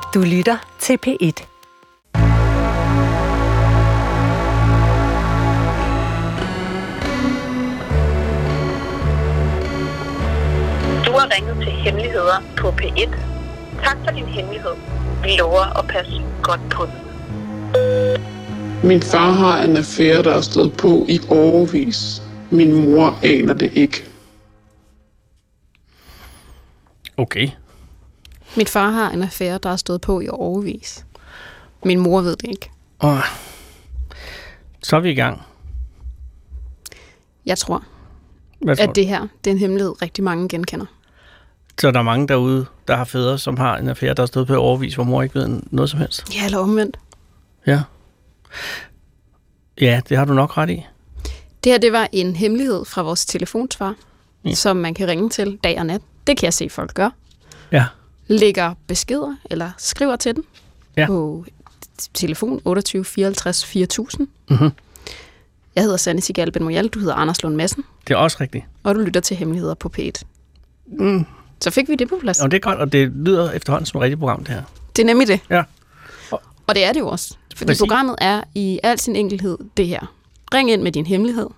Du lytter til P1. Du har ringet til Hemmeligheder på P1. Tak for din hemmelighed. Vi lover at passe godt på den. Min far har en affære, der er stået på i årevis. Min mor aner det ikke. Okay. Min far har en affære, der er stået på i årevis. Min mor ved det ikke. Og så er vi i gang. Jeg tror, at det her, det er en hemmelighed, rigtig mange genkender. Så der er mange derude, der har fædre, som har en affære, der er stået på i årevis, hvor mor ikke ved noget som helst. Ja, eller omvendt. Ja. Ja, det har du nok ret i. Det her, det var en hemmelighed fra vores telefonsvar, som man kan ringe til dag og nat. Det kan jeg se, folk gør. Ja. Lægger beskeder eller skriver til den på telefon 28 54 4000. Mm-hmm. Jeg hedder Sanne Sigal Ben-Moyal, du hedder Anders Lund Madsen. Det er også rigtigt. Og du lytter til Hemmeligheder på P1. Mm. Så fik vi det på plads. Og det er godt, og det lyder efterhånden som et rigtigt program, det her. Det er nemlig det. Ja. Og det er det jo også. Fordi programmet er i al sin enkelhed det her. Ring ind med din hemmelighed,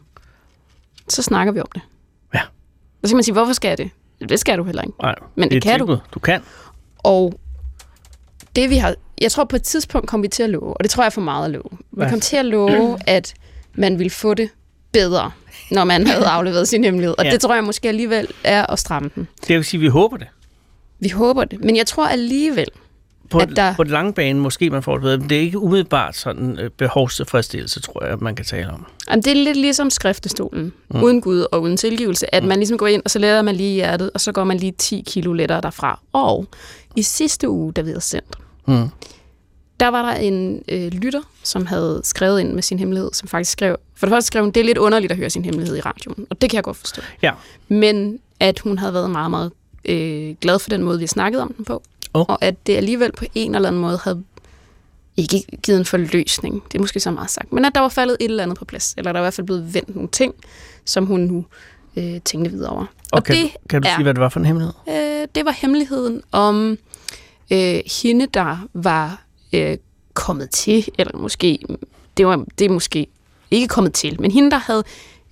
så snakker vi om det. Ja. Så skal man sige, hvorfor skal jeg det? Det skal du heller ikke. Nej, men det kan du. Du kan. Og det vi har... Jeg tror på et tidspunkt kommer vi til at love, og det tror jeg er for meget at love. Vi kommer til at love, at man vil få det bedre, når man havde afleveret sin hemmelighed. Og det tror jeg måske alligevel er at stramme den. Det vil sige, at vi håber det. Vi håber det. Men jeg tror alligevel, på den lange bane måske man får det bedre, men det er ikke umiddelbart sådan behovstilfredsstillelse, tror jeg, man kan tale om. Jamen, det er lidt ligesom skriftestolen. Uden Gud og uden tilgivelse. At man ligesom går ind, og så letter man lige hjertet, og så går man lige 10 kilo lettere derfra. Og i sidste uge, da vi havde sendt, der var der en lytter, som havde skrevet ind med sin hemmelighed, som faktisk skrev, for det første skrev hun, det er lidt underligt at høre sin hemmelighed i radioen, og det kan jeg godt forstå. Ja. Men at hun havde været meget, meget glad for den måde, vi har snakket om den på, og at det alligevel på en eller anden måde havde ikke givet en forløsning. Det er måske så meget sagt. Men at der var faldet et eller andet på plads, eller der var i hvert fald blevet vendt nogle ting, som hun nu tænkte videre over. Og kan du sige, hvad det var for en hemmelighed? Det var hemmeligheden om hende, der var kommet til, eller måske, det er måske ikke kommet til, men hende, der havde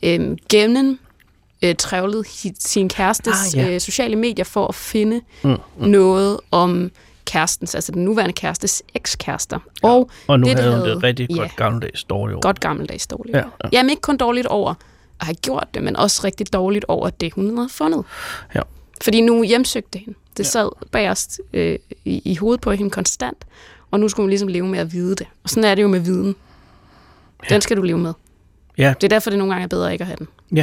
gennem trævlet sin kærestes sociale medier for at finde noget om kærestens, altså den nuværende kærestes ekskærester. Ja. Og nu havde hun det rigtig godt gammeldags dårligt over. Godt gammeldags dårligt over. Ja. Jamen ikke kun dårligt over at have gjort det, men også rigtig dårligt over det, hun havde fundet. Ja. Fordi nu hjemsøgte hende. Det sad bagerst i hovedet på hende konstant, og nu skulle hun ligesom leve med at vide det. Og sådan er det jo med viden. Ja. Den skal du leve med. Ja. Det er derfor, det nogle gange er bedre ikke at have den. Ja.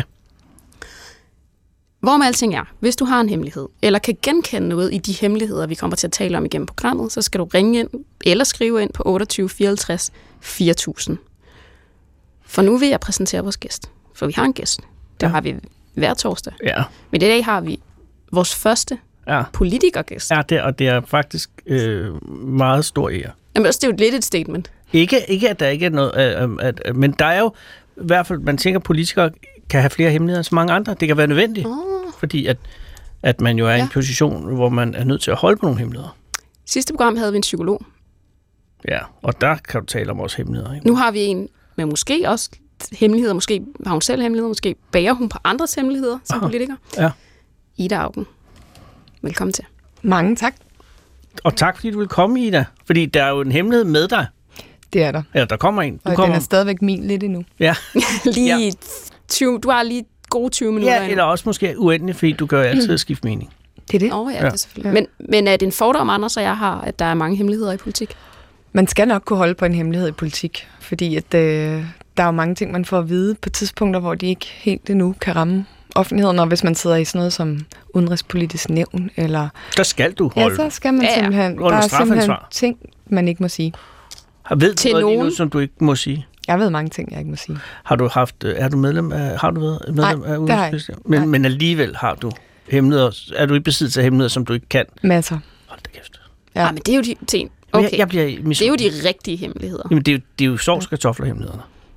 Hvor med alting er, hvis du har en hemmelighed, eller kan genkende noget i de hemmeligheder, vi kommer til at tale om igennem programmet, så skal du ringe ind, eller skrive ind på 28 54 4000. For nu vil jeg præsentere vores gæst. For vi har en gæst. Det har vi hver torsdag. Ja. Men i dag har vi vores første politikergæst. Ja, det er faktisk meget stor ære. Jamen også, det er jo lidt et statement. Ikke at der ikke er noget, men der er jo i hvert fald, man tænker, at politikere kan have flere hemmeligheder end så mange andre. Det kan være nødvendigt, fordi at man jo er i en position, hvor man er nødt til at holde på nogle hemmeligheder. Sidste program havde vi en psykolog. Ja, og der kan du tale om vores hemmeligheder. Ikke? Nu har vi en med måske også hemmeligheder. Måske har hun selv hemmeligheder. Måske bager hun på andres hemmeligheder som politiker. Ja. Ida Auken. Velkommen til. Mange tak. Og tak, fordi du vil komme, Ida. Fordi der er jo en hemmelighed med dig. Det er der. Ja, der kommer en. Og den er stadigvæk min lidt endnu. Ja. Lige 20, du har lige gode 20 minutter. Ja, eller også måske uendelig, fordi du gør altid at skifte mening. Det er det. Ja, det er selvfølgelig. Men er det en fordom, Anders og jeg har, at der er mange hemmeligheder i politik? Man skal nok kunne holde på en hemmelighed i politik, fordi at, der er jo mange ting, man får at vide på tidspunkter, hvor de ikke helt endnu kan ramme offentligheden, og hvis man sidder i sådan noget som udenrigspolitisk nævn, eller... Der skal du holde. Ja, så skal man simpelthen... Der er simpelthen ting, man ikke må sige. Ved du noget lige nu, som du ikke må sige? Jeg ved mange ting, jeg ikke må sige. Har du været medlem af udenrigspolitik? Men alligevel har du hemmeligheder. Er du i besiddelse af hemmeligheder, som du ikke kan? Masser. Hold da kæft. Ja, men det er jo de ting. Okay. Jeg bliver det er jo de rigtige hemmeligheder. Jamen, det er jo sovskartoflerhemmeligheder.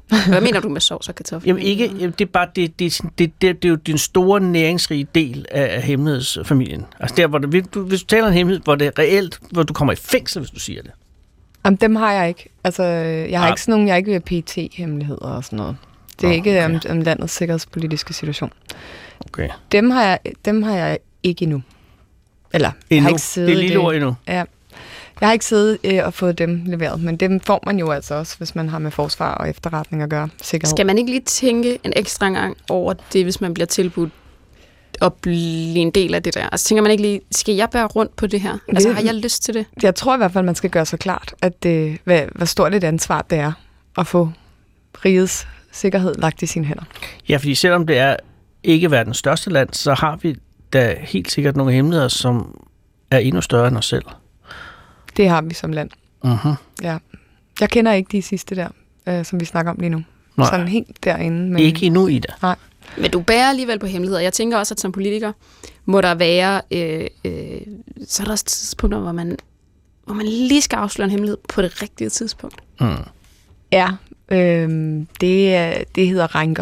Hvad mener du med sovs og kartofler? Jamen ikke, det er bare det er jo den store næringsrige del af hemmelighedsfamilien. Altså der, hvor hvis du taler en hemmelighed, hvor det er reelt, hvor du kommer i fængsel, hvis du siger det. Jamen, dem har jeg ikke. Altså, jeg har ikke sådan nogle, jeg ikke vil PT-hemmeligheder og sådan noget. Det er ikke om landets sikkerhedspolitiske situation. Okay. Dem har jeg ikke endnu. Eller, jeg har ikke siddet det er lille ord endnu. Ja. Jeg har ikke siddet og fået dem leveret, men dem får man jo altså også, hvis man har med forsvar og efterretning at gøre. Sikkerhed. Skal man ikke lige tænke en ekstra gang over det, hvis man bliver tilbudt at blive en del af det der? Altså tænker man ikke lige, skal jeg bære rundt på det her? Altså har jeg lyst til det? Jeg tror i hvert fald, man skal gøre sig klart, at hvor stort et ansvar det er at få rigets sikkerhed lagt i sine hænder. Ja, fordi selvom det er ikke verdens største land, så har vi da helt sikkert nogle hemmeligheder, som er endnu større end os selv. Det har vi som land. Uh-huh. Ja. Jeg kender ikke de sidste der, som vi snakker om lige nu. Nej. Sådan helt derinde. Men... Ikke endnu, Ida. Nej. Men du bærer alligevel på hemmeligheder. Jeg tænker også, at som politiker må der være... så er der også tidspunkter, hvor man lige skal afsløre en hemmelighed på det rigtige tidspunkt. Mm. Ja, det hedder ranker.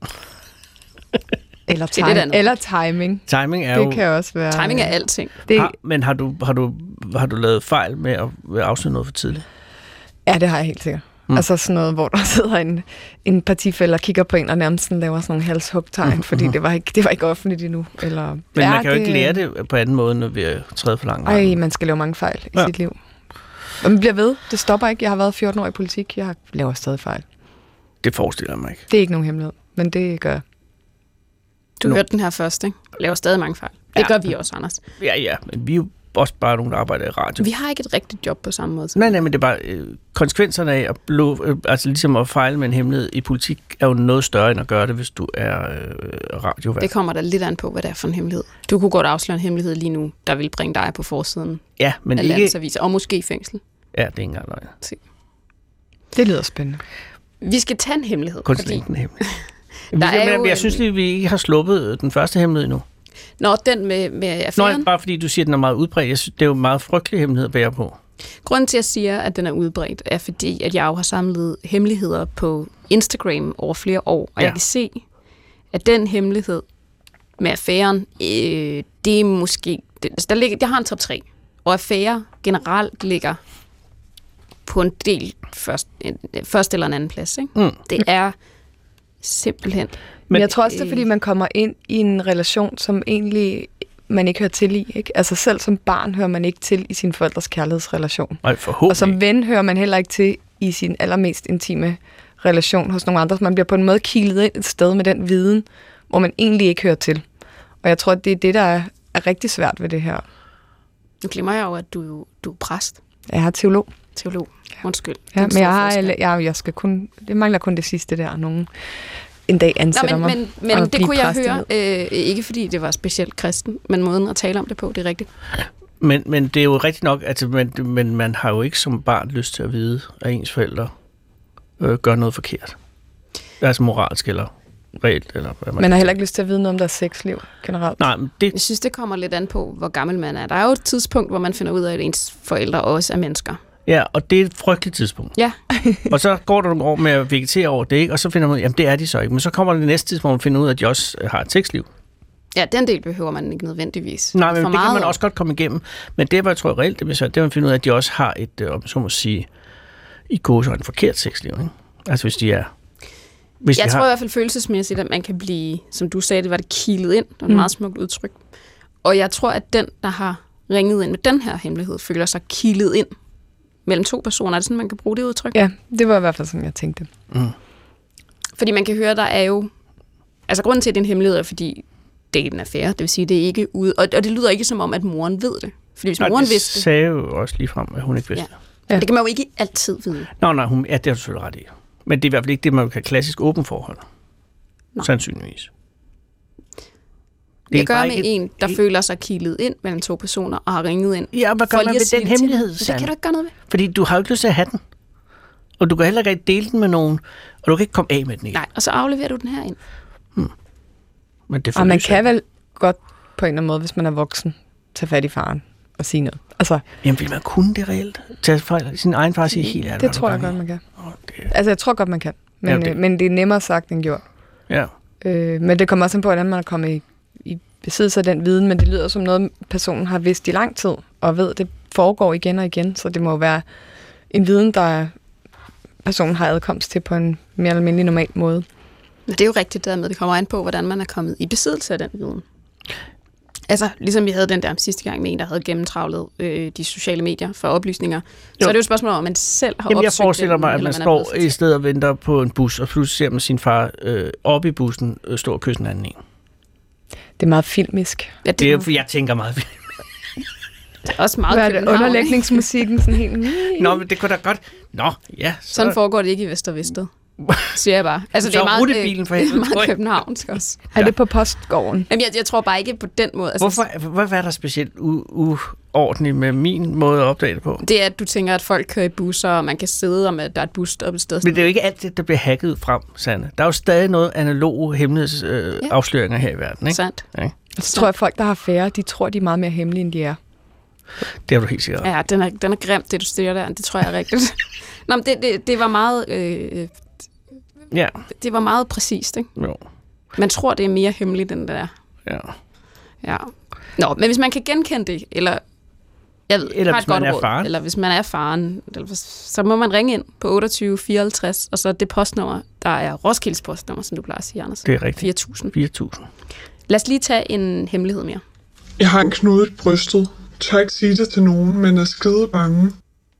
Eller timing. Timing er det jo... kan også være... Timing er alting. Men har du lavet fejl med at afsløre noget for tidligt? Ja, det har jeg helt sikkert. Altså sådan noget, hvor der sidder en partifælle og kigger på en, og nærmest sådan laver sådan nogle halshugtegn, fordi det var ikke offentligt endnu. Eller, men man kan jo ikke lære det på anden måde, når vi er træde for langt. Ej, man skal lave mange fejl i sit liv. Og man bliver ved. Det stopper ikke. Jeg har været 14 år i politik. Jeg laver stadig fejl. Det forestiller jeg mig ikke. Det er ikke nogen hemmelighed, men det gør jeg. Du hørte den her først, ikke? Laver stadig mange fejl. Det gør vi også, Anders. Ja, men vi er jo også bare nogen, der arbejder i radio. Vi har ikke et rigtigt job på samme måde. Nej, men det er bare konsekvenserne af altså ligesom at fejle med en hemmelighed i politik er jo noget større end at gøre det, hvis du er radiovært. Det kommer der lidt an på, hvad det er for en hemmelighed. Du kunne godt afsløre en hemmelighed lige nu, der vil bringe dig på forsiden men af landsaviser, og måske i fængsel. Ja, det er ikke engang løgn. Det lyder spændende. Vi skal tage en hemmelighed. Kun sådan en hemmelighed. Jeg synes lige, vi ikke har sluppet den første hemmelighed endnu. Nå, den med affæren? Nå, bare fordi du siger, at den er meget udbredt. Jeg synes, det er jo en meget frygtelig hemmelighed at bære på. Grunden til, at jeg siger, at den er udbredt, er fordi, at jeg jo har samlet hemmeligheder på Instagram over flere år, og jeg kan se, at den hemmelighed med affæren, det er måske... Jeg har en top 3, og affære generelt ligger på en del først eller en anden plads. Ikke? Mm. Det er simpelthen... Men jeg tror også, det er, fordi man kommer ind i en relation, som egentlig man ikke hører til i. Ikke? Altså selv som barn hører man ikke til i sin forældres kærlighedsrelation. Nej, forhåbentlig. Og som ven hører man heller ikke til i sin allermest intime relation hos nogle andre. Så man bliver på en måde kilet ind et sted med den viden, hvor man egentlig ikke hører til. Og jeg tror, at det er det, der er rigtig svært ved det her. Nu glemmer jeg jo, at du er præst. Jeg er teolog. Undskyld. Ja, men jeg skal kun... Det mangler kun det sidste der. Nogen en dag ansætter mig. Men det kunne jeg høre, ikke fordi det var specielt kristen, men måden at tale om det på, det er rigtigt. Men det er jo rigtigt nok, altså, men man har jo ikke som barn lyst til at vide, at ens forældre gør noget forkert. Altså moralsk eller reelt. Eller hvad man har heller ikke lyst til at vide noget om deres sexliv generelt. Nej, men Jeg synes, det kommer lidt an på, hvor gammel man er. Der er jo et tidspunkt, hvor man finder ud af, at ens forældre også er mennesker. Ja, og det er et frygteligt tidspunkt. Ja. Og så går der nogle år med at vegetere over det, ikke? Og så finder man ud af, jamen det er de så ikke. Men så kommer det næste tidspunkt, hvor man finder ud af, at de også har et sexliv. Ja, den del behøver man ikke nødvendigvis. Nej, men det kan man også godt komme igennem. Men det, jeg tror reelt, det er man finder ud af, at de også har et, om så må sige, i gåsøjne en forkert sexliv. Ikke? Altså hvis de er... Jeg tror i hvert fald følelsesmæssigt, at man kan blive, som du sagde, det var det kilet ind. Det var et meget smukt udtryk. Og jeg tror, at den, der har ringet ind med den her hemmelighed, føler sig kilet ind mellem to personer. Er det sådan, man kan bruge det udtryk? Ja, det var i hvert fald sådan, jeg tænkte. Mm. Fordi man kan høre, der er jo... Altså grunden til, at det er en hemmelighed, er fordi det er en affære. Det vil sige, det er ikke ude... Og det lyder ikke som om, at moren ved det. Fordi hvis moren vidste... det sagde jo også lige frem, at hun ikke vidste. Ja. Det kan man jo ikke altid vide. Nej, det har du selvfølgelig ret i. Men det er i hvert fald ikke det, man kan kalde klassisk åben forhold. Sandsynligvis. Det gør med en, der føler sig kilet ind mellem to personer og har ringet ind. Ja, hvad gør man ved den hemmelighed? Det kan du ikke gøre noget ved. Fordi du har jo ikke lyst til at have den. Og du kan heller ikke dele den med nogen. Og du kan ikke komme af med den igen. Nej, og så afleverer du den her ind. Men det og man kan vel godt på en eller anden måde, hvis man er voksen, tage fat i faren og sige noget. Altså, jamen vil man kunne det reelt? Tage sin egen far og sige helt ærligt? Det tror jeg godt, man kan. Altså jeg tror godt, man kan. Men det er nemmere sagt end gjort. Ja. Men det kommer også an på, hvordan man er kommet i besiddelse af den viden, men det lyder som noget, personen har vidst i lang tid, og ved, at det foregår igen og igen, så det må være en viden, der personen har adkomst til på en mere almindelig normal måde. Men det er jo rigtigt dermed, det kommer an på, hvordan man er kommet i besiddelse af den viden. Altså, ligesom vi havde den der sidste gang med en, der havde gennemtravlet de sociale medier for oplysninger, så er det jo et spørgsmål om, man selv har opsøgt. Jeg forestiller mig, at man står i stedet og venter på en bus, og pludselig ser man sin far oppe i bussen stå og kysse en anden en. Det er meget filmisk. Ja, det er, jeg tænker meget filmisk. Det er også meget Hvad er det? Underlægningsmusikken sådan helt... Nå, men det kunne da godt... Nå, ja. Sådan foregår det ikke i Vestervested. Siger jeg bare. Altså, det er meget, rutebilen for helvede, meget københavnsk også. Er det på postgården? Jamen, jeg tror bare ikke på den måde. Altså, Hvorfor er der specielt uordentligt med min måde at opdage det på? Det er, at du tænker, at folk kører i busser, og man kan sidde, og der er et busstop et sted. Men det er jo ikke alt det, der bliver hacket frem, Sanne. Der er jo stadig noget analoge hemmelighedsafsløringer her i verden, ikke? Sandt. Ja. Så tror jeg, at folk, der har færre, de tror, de er meget mere hemmelige, end de er. Det er du helt sikkert. Ja, den er grimt, det du siger der. Det tror jeg er rigtigt. Nå, men det var meget... Ja. Det var meget præcist, ikke? Jo. Man tror, det er mere hemmeligt, end det er. Ja. Nå, men hvis man kan genkende det, eller... Jeg ved, eller hvis man er faren. Eller hvis man er faren, så må man ringe ind på 28 54, og så det postnummer, der er Roskildes postnummer, som du plejer at sige, Anders. Det er rigtigt. 4.000. Lad os lige tage en hemmelighed mere. Jeg har en knude i brystet. Tør ikke sige det til nogen, men er skide bange.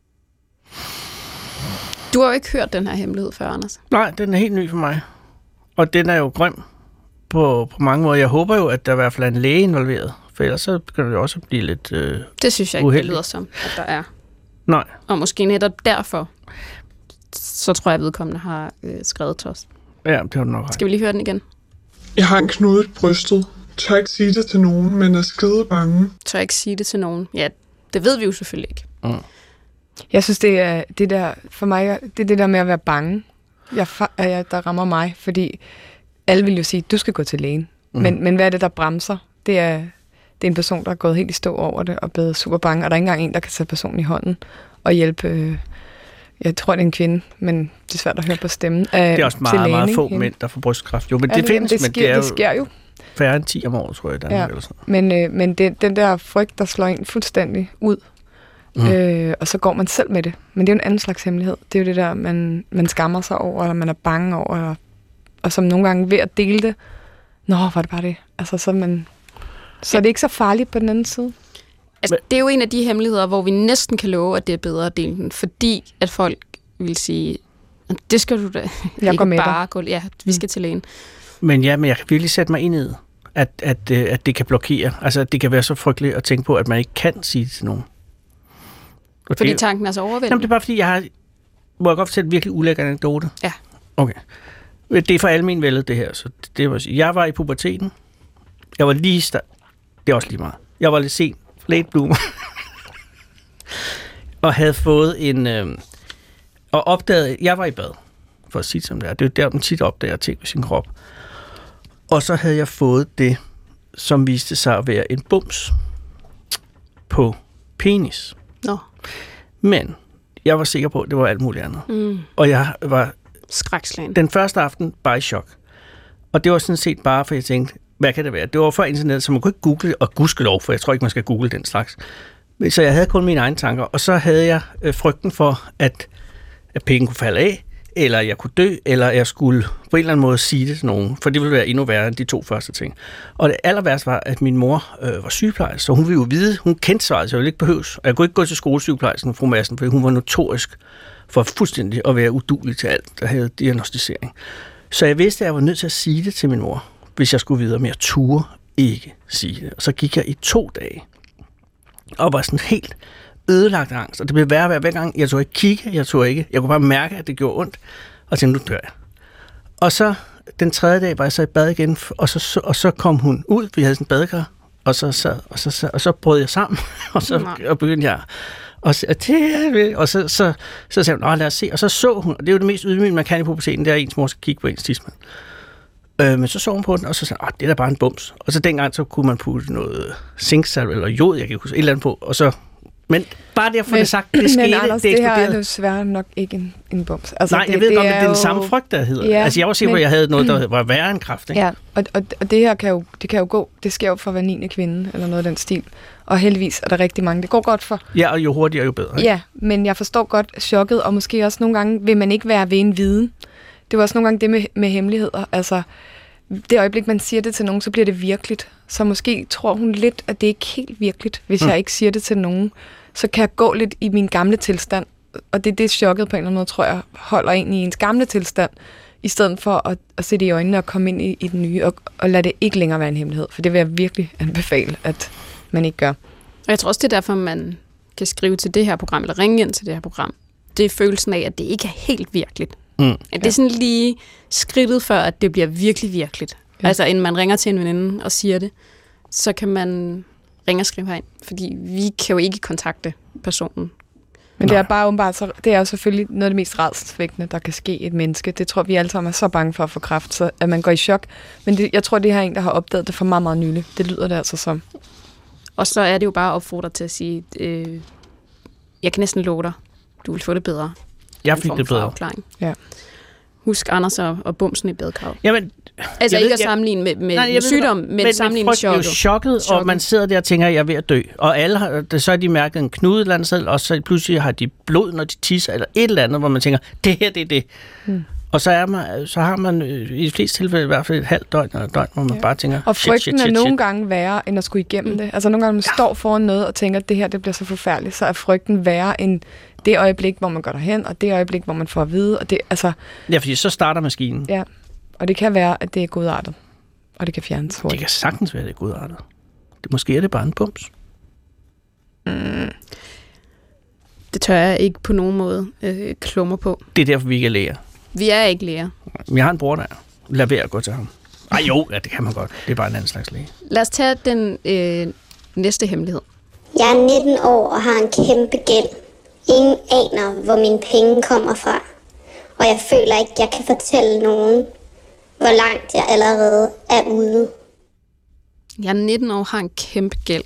Du har jo ikke hørt den her hemmelighed før, Anders. Nej, den er helt ny for mig. Og den er jo grim på mange måder. Jeg håber jo, at der i hvert fald er en læge involveret. For ellers så kan det jo også blive lidt det synes jeg ikke, det lyder som, at der er. Nej. Og måske netop derfor, så tror jeg, at vedkommende har skrevet til os. Ja, det har du nok ret. Skal vi lige høre den igen? Jeg har en knude i brystet. Tør ikke sige det til nogen, men er skide bange. Tør ikke sige det til nogen. Ja, det ved vi jo selvfølgelig ikke. Mm. Jeg synes, det er det der, for mig, det er det der med at være bange, der rammer mig, fordi alle vil jo sige, du skal gå til lægen. Mm. Men hvad er det, der bremser? Det er en person, der er gået helt i stå over det og blevet super bange, og der er ikke engang en, der kan tage personen i hånden og hjælpe. Jeg tror, det er en kvinde, men det er svært at høre på stemmen. Det er også meget få mænd, der får brystkræft. Jo, men det findes, men det sker jo. Færre end 10 om året, tror jeg. Ja. Eller sådan. Men den der frygt, der slår en fuldstændig ud, og så går man selv med det. Men det er jo en anden slags hemmelighed. Det er jo det der, man skammer sig over, eller man er bange over, og som nogle gange ved at dele det, var det bare det. Altså, så er det ikke så farligt på den anden side. Altså, det er jo en af de hemmeligheder, hvor vi næsten kan love, at det er bedre at dele den, fordi at folk vil sige, det skal du da jeg ikke med bare gå. Ja, vi skal til lægen. Men jeg kan virkelig sætte mig ind i, at det kan blokere. Altså, at det kan være så frygteligt at tænke på, at man ikke kan sige det til nogen. Fordi tanken er så overvældende? Jamen, det er bare fordi, må jeg godt fortælle en virkelig ulækker anekdote? Ja. Okay. Det er for almen vældet, det her. Så det var, jeg var i puberteten. Jeg var lige det er også lige meget. Jeg var lidt sent. Late bloomer. Og havde fået en... og opdaget... Jeg var i bad, for at sige det som det er. Det er der, man tit opdager ting ved sin krop. Og så havde jeg fået det, som viste sig at være en bums på penis. Nå. Men jeg var sikker på, at det var alt muligt andet. Mm. Og jeg var... skrækslagen. Den første aften bare i chok. Og det var sådan set bare, for jeg tænkte, hvad kan det være? Det var før internet, så man kunne ikke google, og gudskelov, for jeg tror ikke, man skal google den slags. Så jeg havde kun mine egne tanker, og så havde jeg frygten for, at penge kunne falde af, eller jeg kunne dø, eller jeg skulle på en eller anden måde sige det til nogen, for det ville være endnu værre end de 2 første ting. Og det aller værste var, at min mor var sygeplejerske, så hun ville jo vide, hun kendte svaret, så jeg ville ikke behøves. Og jeg kunne ikke gå til skolesygeplejersken, fru Madsen, for hun var notorisk for fuldstændig at være uduelig til alt, der havde diagnostisering. Så jeg vidste, at jeg var nødt til at sige det til min mor, hvis jeg skulle videre, men jeg turde ikke sige det. Og så gik jeg i 2 dage, og var sådan helt ødelagt angst, og det blev værre hver gang. Jeg turde ikke kigge, jeg kunne bare mærke, at det gjorde ondt, og tænkte, nu dør jeg. Og så den 3. dag var jeg så i bad igen, og så kom hun ud, vi havde sådan en badekar, og så brød jeg sammen, og begyndte jeg og så sagde hun, lad os se, og så hun, og det er jo det mest ydmygende, man kan i puberteten, det er, at ens mor skal kigge på ens tidsmand. Men så så hun på den, og så sagde det er da bare en bums. Og så dengang, så kunne man putte noget zinksalve eller jod, jeg kan ikke huske, et eller andet på, og så Men bare det at få det sagt, det skete, men Anders, det her er eksploderede. desværre nok ikke en bums. Altså, Nej, jeg ved godt, men det er den samme frygt, der hedder. Ja, altså, jeg var sikker på, at jeg havde noget, der var værre end kræft. Ikke? Ja, og det her kan jo gå, det sker jo for hver 9. kvinde, eller noget af den stil. Og heldigvis er der rigtig mange, det går godt for. Ja, og jo hurtigere, jo bedre. Ikke? Ja, men jeg forstår godt chokket, og måske også nogle gange vil man ikke være ved en viden. Det var også nogle gange det med hemmeligheder. Altså, det øjeblik, man siger det til nogen, så bliver det virkeligt. Så måske tror hun lidt, at det ikke er helt virkeligt, hvis jeg ikke siger det til nogen. Så kan jeg gå lidt i min gamle tilstand. Og det er det chokket på en eller anden måde, tror jeg, holder en i ens gamle tilstand, i stedet for at se det i øjnene og komme ind i den nye, og lade det ikke længere være en hemmelighed. For det vil jeg virkelig anbefale, at man ikke gør. Og jeg tror også, det er derfor, man kan skrive til det her program, eller ringe ind til det her program. Det er følelsen af, at det ikke er helt virkeligt. At det er sådan lige skridtet før, at det bliver virkelig virkeligt. Ja. Altså, inden man ringer til en veninde og siger det, så kan man ringe og skrive herind. Fordi vi kan jo ikke kontakte personen. Men det er bare åbenbart, så det er jo selvfølgelig noget af det mest rædselsvækkende, der kan ske et menneske. Det tror vi alle sammen er så bange for at få kræft, så at man går i chok. Men jeg tror, det her er en, der har opdaget det for meget, meget nylig. Det lyder det altså som. Og så er det jo bare at opfordre til at sige, jeg kan næsten love dig, du vil få det bedre. Jeg fik det bedre. Ja. Husk Anders og bumsen i badekarret. Jamen, altså ikke at sammenligne med sygdom, men sammenligne chokket. Chokket, og man sidder der og tænker, at jeg er ved at dø. Og alle har, så har de mærket en knude et eller andet sted, og så pludselig har de blod, når de tisser, eller et eller andet, hvor man tænker, det her, det er det. Og så har man i de fleste tilfælde i hvert fald et halvt døgn eller et døgn, hvor man bare tænker, og frygten er nogle gange værre, end at skulle igennem det. Altså nogle gange, man står foran noget og tænker, at det her, det bliver så forfærdeligt, så er frygten værre end det øjeblik, hvor man går derhen, og det øjeblik, hvor man får at vide. Og det, altså, ja, fordi så starter maskinen. Ja, og det kan være, at det er godartet, og det kan fjernes hurtigt. Det kan sagtens være, at det er godartet. Måske er det bare en bums. Det tør jeg ikke på nogen måde klummer på. Det er derfor, vi ikke er læger. Vi er ikke læger. Jeg har en bror, der lad være at gå til ham. Ej jo, ja, det kan man godt. Det er bare en anden slags læge. Lad os tage den næste hemmelighed. Jeg er 19 år og har en kæmpe gæld. Ingen aner, hvor mine penge kommer fra. Og jeg føler ikke, jeg kan fortælle nogen, hvor langt jeg allerede er ude. Jeg er 19 år og har en kæmpe gæld.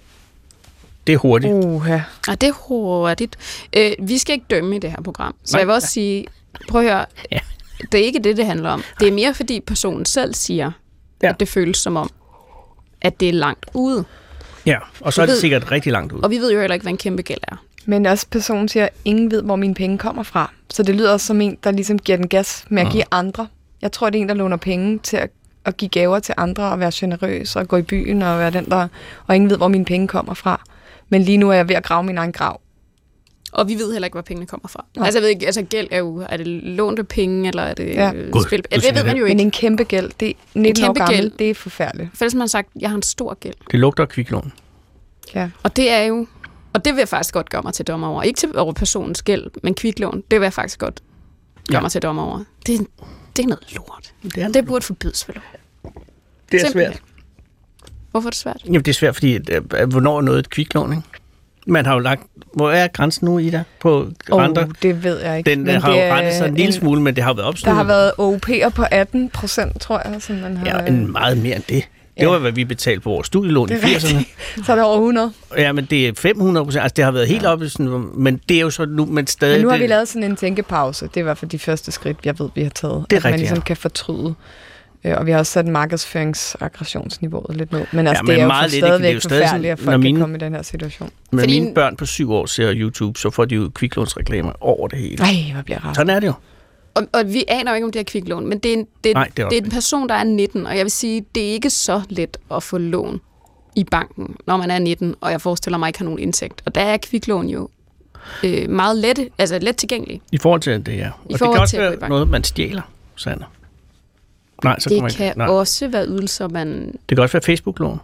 Det er hurtigt. Ja, det er hurtigt. Vi skal ikke dømme i det her program. Så jeg vil også sige, prøv at høre, det er ikke det handler om. Det er mere, fordi personen selv siger, at det føles som om, at det er langt ude. Ja, og så er det sikkert rigtig langt ude. Og vi ved jo heller ikke, hvad en kæmpe gæld er. Men også personen siger, at ingen ved, hvor mine penge kommer fra. Så det lyder også som en, der ligesom giver den gas med at give andre. Jeg tror, det er en, der låner penge til at give gaver til andre og være generøs og gå i byen og være den, der... Og ingen ved, hvor mine penge kommer fra. Men lige nu er jeg ved at grave min egen grav. Og vi ved heller ikke, hvor pengene kommer fra. Altså, jeg ved ikke, altså gæld er det lånte penge, eller er det spil? Det ved man jo ikke. Men en kæmpe gæld, det er 19 år gammel, det er forfærdeligt. For som man har sagt, jeg har en stor gæld. Det lugter af kviklån. Ja. Og det er jo... Og det vil jeg faktisk godt gøre mig til dommer over. Ikke til over personens gæld, men kviklån, det vil jeg faktisk godt gøre mig til dommer over. Det er noget lort. Det burde forbydes vel. Det er svært. Hvorfor er det svært? Jamen, det er svært, fordi hvornår er noget et kviklån, ikke? Man har jo lagt... Hvor er grænsen nu, Ida, på renter? Det ved jeg ikke. Den har jo rettet sig en lille smule, men det har jo været opstået. Der har været OP'er på 18%, tror jeg. Som man har, ja, en meget mere end det. Det var, hvad vi betalte på vores studielån i 80'erne. Så er det over 100. Ja, men det er 500%. Altså, det har været helt oppe, sådan, men det er jo så nu, men stadig... Men nu har vi lavet sådan en tænkepause. Det er i hvert fald de første skridt, jeg ved, vi har taget. Det er rigtigt, man ligesom kan fortryde. Og vi har også sat markedsføringsaggressionsniveauet lidt ned. Men altså, det er jo meget stadigvæk forfærdeligt, at folk kan komme i den her situation. Men mine børn på 7 år ser YouTube, så får de jo kviklånsreklamer over det hele. Nej, hvad bliver rart. Sådan er det jo. Og vi aner jo ikke, om det er kviklån, men det er en person, der er 19, og jeg vil sige, det er ikke så let at få lån i banken, når man er 19, og jeg forestiller mig ikke har nogen indtægt. Og der er kviklån jo meget let tilgængelig. I forhold til det, ja. Og det kan også være noget, man stjæler, Sander. Nej, så det kan også være ydelser, man... Det kan også være Facebook-lån.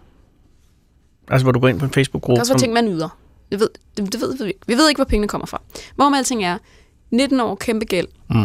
Altså, hvor du går ind på en Facebook-gruppe. Det kan også være ting, man yder. Det ved vi. Vi ved ikke, hvor pengene kommer fra. Hvorom alting er, 19 år, kæmpe gæld.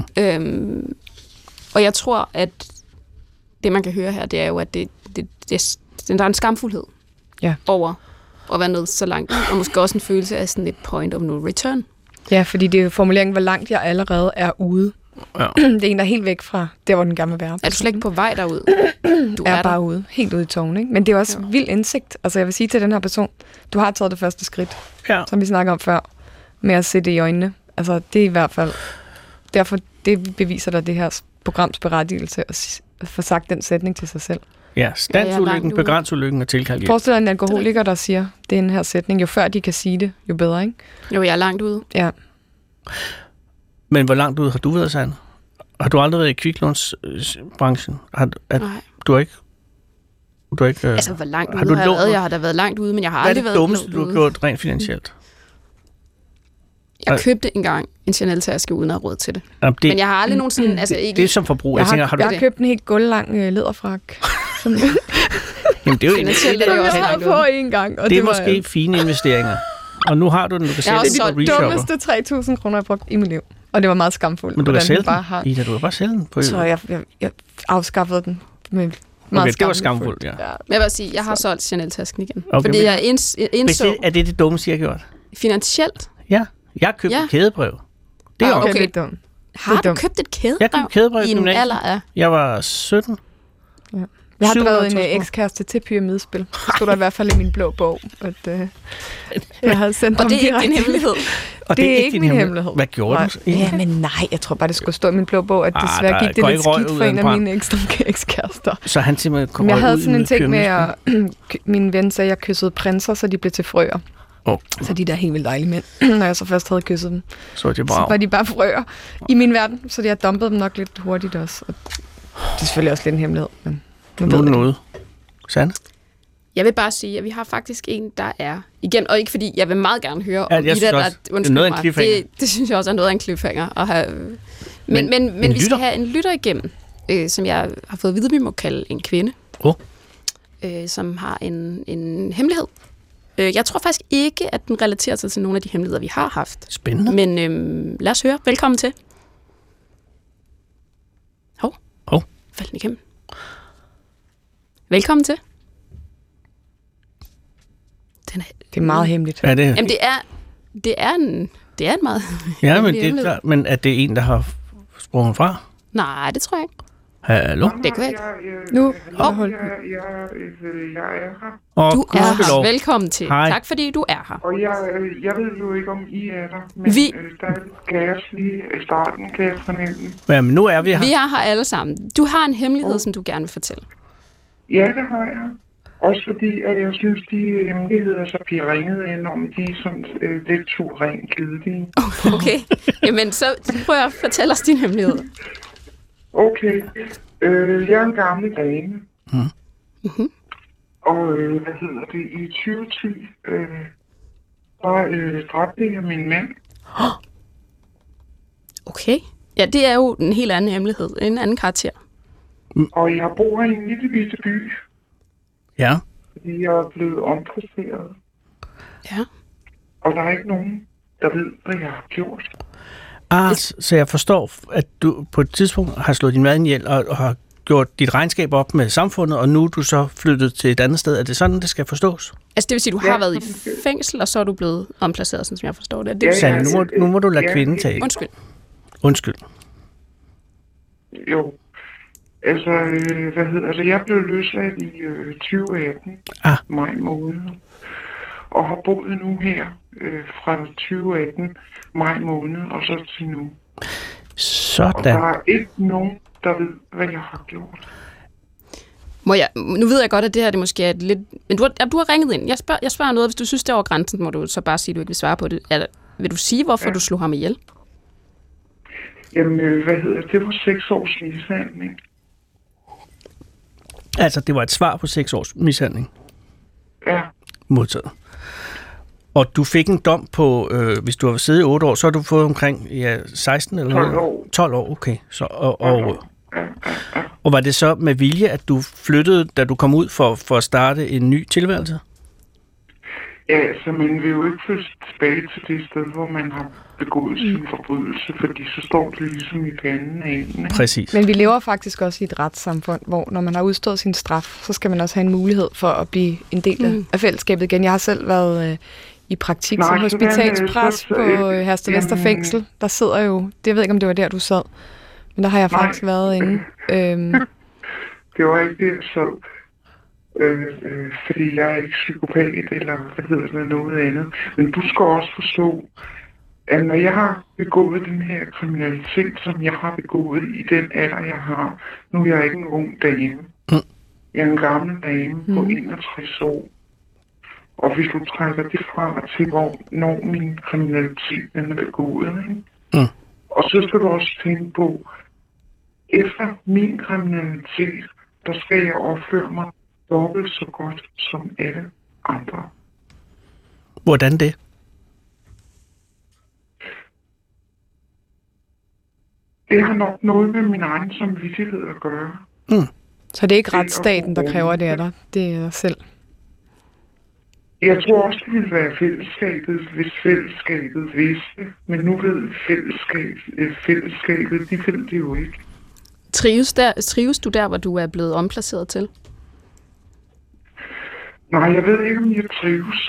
Og jeg tror, at det, man kan høre her, det er jo, at der er en skamfuldhed over at være nået så langt. Og måske også en følelse af sådan et point of no return. Ja, fordi det er jo formuleringen, hvor langt jeg allerede er ude. Ja. Det er en, der er helt væk fra der, hvor den gerne vil være. Er du slet ikke på vej derud? Du er bare ude. Helt ude i tågen, ikke? Men det er også vild indsigt. Altså, jeg vil sige til den her person, du har taget det første skridt, som vi snakker om før, med at se det i øjnene. Altså, det er i hvert fald... Derfor, det beviser dig det her programs berettigelse at få sagt den sætning til sig selv. Ja, standsulykken, begrænsulykken og tilkald hjælp. Forestil dig en alkoholiker, der siger den her sætning. Jo før de kan sige det, jo bedre, ikke? Jo, jeg er langt ude. Ja. Men hvor langt ude har du været, Sanne? Har du aldrig været i kviklånsbranchen? Nej. Du har ikke... Altså, hvor langt ude har jeg været? Jeg har da været langt ude, men jeg har aldrig været ude. Hvad er det dummeste, du har gjort rent finansielt? Jeg købte engang en Chanel-taske uden at have råd til det. Jamen, men jeg har aldrig nogensinde... Altså, ikke... Det er som forbrug. Jeg har købt en helt gulvlang læderfrak. Jamen, det er jo finansielt, det er jo også langt ude. På en gang. Og det er måske fine investeringer. Og nu har du den, du kan sælge den på reshopper. Det er de dummeste 3.000 kroner, jeg brugt i mit liv. Og det var meget skamfuldt. Men du kan sælge den, Ida. Du kan bare sælge den på Så jeg afskaffede den med meget det var skamfuldt, ja. Men jeg vil sige, jeg har solgt Chanel-tasken igen. Okay, fordi jeg indså... Er det dummeste, jeg har gjort? Finansielt? Ja. Jeg har købt et kædebrev. Det er okay. Har du købt et kædebrev? Jeg købte kædebrev i en alder af... Jeg var 17. Ja. Jeg har drevet en ekskæreste til pyramidespil. Det stod der i hvert fald i min blå bog. At, jeg havde sendt og det er ikke din hemmelighed? Og det er ikke min hemmelighed. Hvad gjorde du? Ja, men nej, jeg tror bare, det skulle stå i min blå bog, at desværre gik det lidt skidt for en af mine ekskærester. Så han simpelthen kom jeg havde sådan en ting med, at min ven sagde, at jeg kyssede prinser, så de blev til frøer. Så de der helt vildt dejlige mænd, når jeg så først havde kysset dem. Så var de bare frøer i min verden, så jeg dumpede dem nok lidt hurtigt også. Og det er selvfølgelig også lidt en hemmelighed, men nu er den ude. Sanne? Jeg vil bare sige, at vi har faktisk en, der er... Igen, og ikke fordi, jeg vil meget gerne høre om Ida, der... Undskyld mig. Det synes jeg også er noget af en cliffhanger at have... Men vi skal have en lytter igennem, som jeg har fået at vide, vi må kalde en kvinde. Som har en hemmelighed. Jeg tror faktisk ikke, at den relaterer sig til nogle af de hemmeligheder, vi har haft. Spændende. Men lad os høre. Velkommen til. Faldt den igennem. Velkommen til. Det er meget hemmeligt. Ja, det er. Jamen, det er en meget... Ja, men det er klart. Men er det en, der har sprunget fra? Nej, det tror jeg ikke. Hallo? Det kan jeg ikke. Nu. Jeg er her. Du er her. Velkommen til. Hej. Tak fordi du er her. Og jeg ved jo ikke, om I er der, men der er lidt gas lige i starten, kan jeg fornemme. Jamen, nu er vi her. Vi er her alle sammen. Du har en hemmelighed, som du gerne vil fortælle. Ja, det har jeg. Også fordi, at jeg synes, de hemmeligheder, så bliver ringet ind om, de er sådan lidt to rent kedelige. Okay. Jamen, så prøv at fortælle os din hemmelighed. Okay. Jeg er en gammel dame. Mm-hmm. Og i 2010, dræbte jeg min mand. Okay. Ja, det er jo en helt anden hemmelighed. En anden karakter. Og jeg bor i en lille bitte by. Ja. Fordi jeg er blevet omplaceret. Ja. Og der er ikke nogen, der ved, hvad jeg har gjort. Så jeg forstår, at du på et tidspunkt har slået din mand ihjel og har gjort dit regnskab op med samfundet, og nu er du så flyttet til et andet sted. Er det sådan, det skal forstås? Altså det vil sige, du har været i fængsel, og så er du blevet omplaceret, sådan som jeg forstår det. Sanne, nu må du lade kvinden tage. Undskyld. Jo. Altså, jeg blev løsladt i 2018, maj måned, og har boet nu her fra 2018, maj måned, og så til nu. Sådan. Og der er ikke nogen, der ved, hvad jeg har gjort. Nu ved jeg godt, at det her det måske er lidt... Men du har ringet ind. Jeg spørger noget, hvis du synes, det er over grænsen, må du så bare sige, at du ikke vil svare på det. Vil du sige, hvorfor du slog ham ihjel? Jamen, det var 6 års mishandling. Altså, det var et svar på 6 års mishandling? Ja. Modtaget. Og du fik en dom på, hvis du har siddet i 8 år, så har du fået omkring 16 eller 12 år. 12 år, okay. Så, og var det så med vilje, at du flyttede, da du kom ud for at starte en ny tilværelse? Ja, så man vil jo ikke flytte tilbage til det sted, hvor man har begået sin forbrydelse, fordi så står det ligesom i panden af en. Ikke? Præcis. Men vi lever faktisk også i et retssamfund, hvor når man har udstået sin straf, så skal man også have en mulighed for at blive en del af fællesskabet igen. Jeg har selv været i praktik som hospitalspræst på Herstedvester Fængsel. Der sidder jo, det ved ikke, om det var der, du sad, Men der har jeg faktisk været inde. Det var ikke det, så... fordi jeg er ikke psykopat, eller noget andet. Men du skal også forstå, at når jeg har begået den her kriminalitet, som jeg har begået i den alder, jeg har, nu er jeg ikke en ung dame. Jeg er en gammel dame på 61 år. Og hvis du trækker det fra til, når min kriminalitet den er begået, ikke? Og så skal du også tænke på, efter min kriminalitet, der skal jeg opføre mig dobbelt så godt som alle andre. Hvordan det? Det har nok noget med min egen samvittighed at gøre. Så det er ikke retsstaten, der kræver det af dig? Det er dig selv? Jeg tror også, det ville være fællesskabet, hvis fællesskabet vidste. Men nu ved fællesskabet, de ved det jo ikke. Trives du der, hvor du er blevet omplaceret til? Nej, jeg ved ikke, om jeg trives.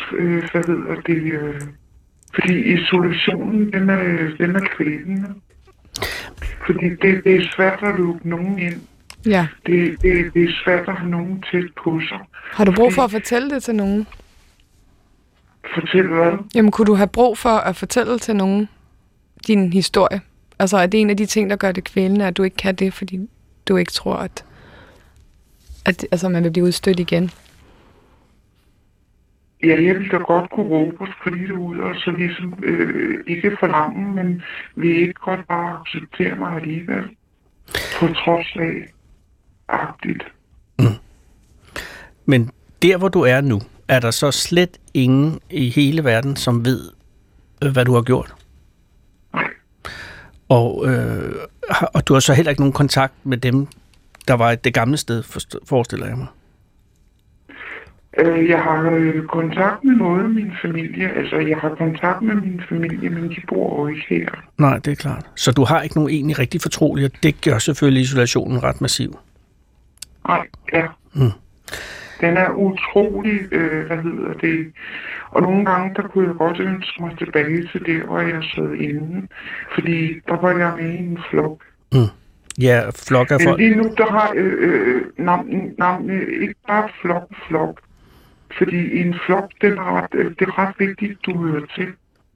Fordi isolationen, den er kvædende. Fordi det er svært at lukke nogen ind. Ja. Det er svært at have nogen tæt på sig. Har du brug for at fortælle det til nogen? Fortæl hvad? Jamen, kunne du have brug for at fortælle til nogen din historie? Altså, er det en af de ting, der gør det kvælende, at du ikke kan det, fordi du ikke tror, at altså, man vil blive udstødt igen? Ja, jeg vil da godt kunne råbe og skrige ud, og så ligesom ikke forlange, men vil ikke godt bare acceptere mig alligevel. På trods af agtigt. Men der, hvor du er nu, er der så slet ingen i hele verden, som ved, hvad du har gjort? Nej. Og du har så heller ikke nogen kontakt med dem, der var det gamle sted, forestiller jeg mig? Jeg har kontakt med noget af min familie. Altså, jeg har kontakt med min familie, men de bor jo ikke her. Nej, det er klart. Så du har ikke nogen egentlig rigtig fortrolige, og det gør selvfølgelig isolationen ret massiv. Nej, ja. Den er utrolig, Og nogle gange, der kunne jeg godt ønske mig tilbage til det, hvor jeg sad inde. Fordi der var jeg med i en flok. Ja, flok af folk. Men lige nu, der har ikke bare flok. Fordi i en flok, det er ret vigtigt, du hører til.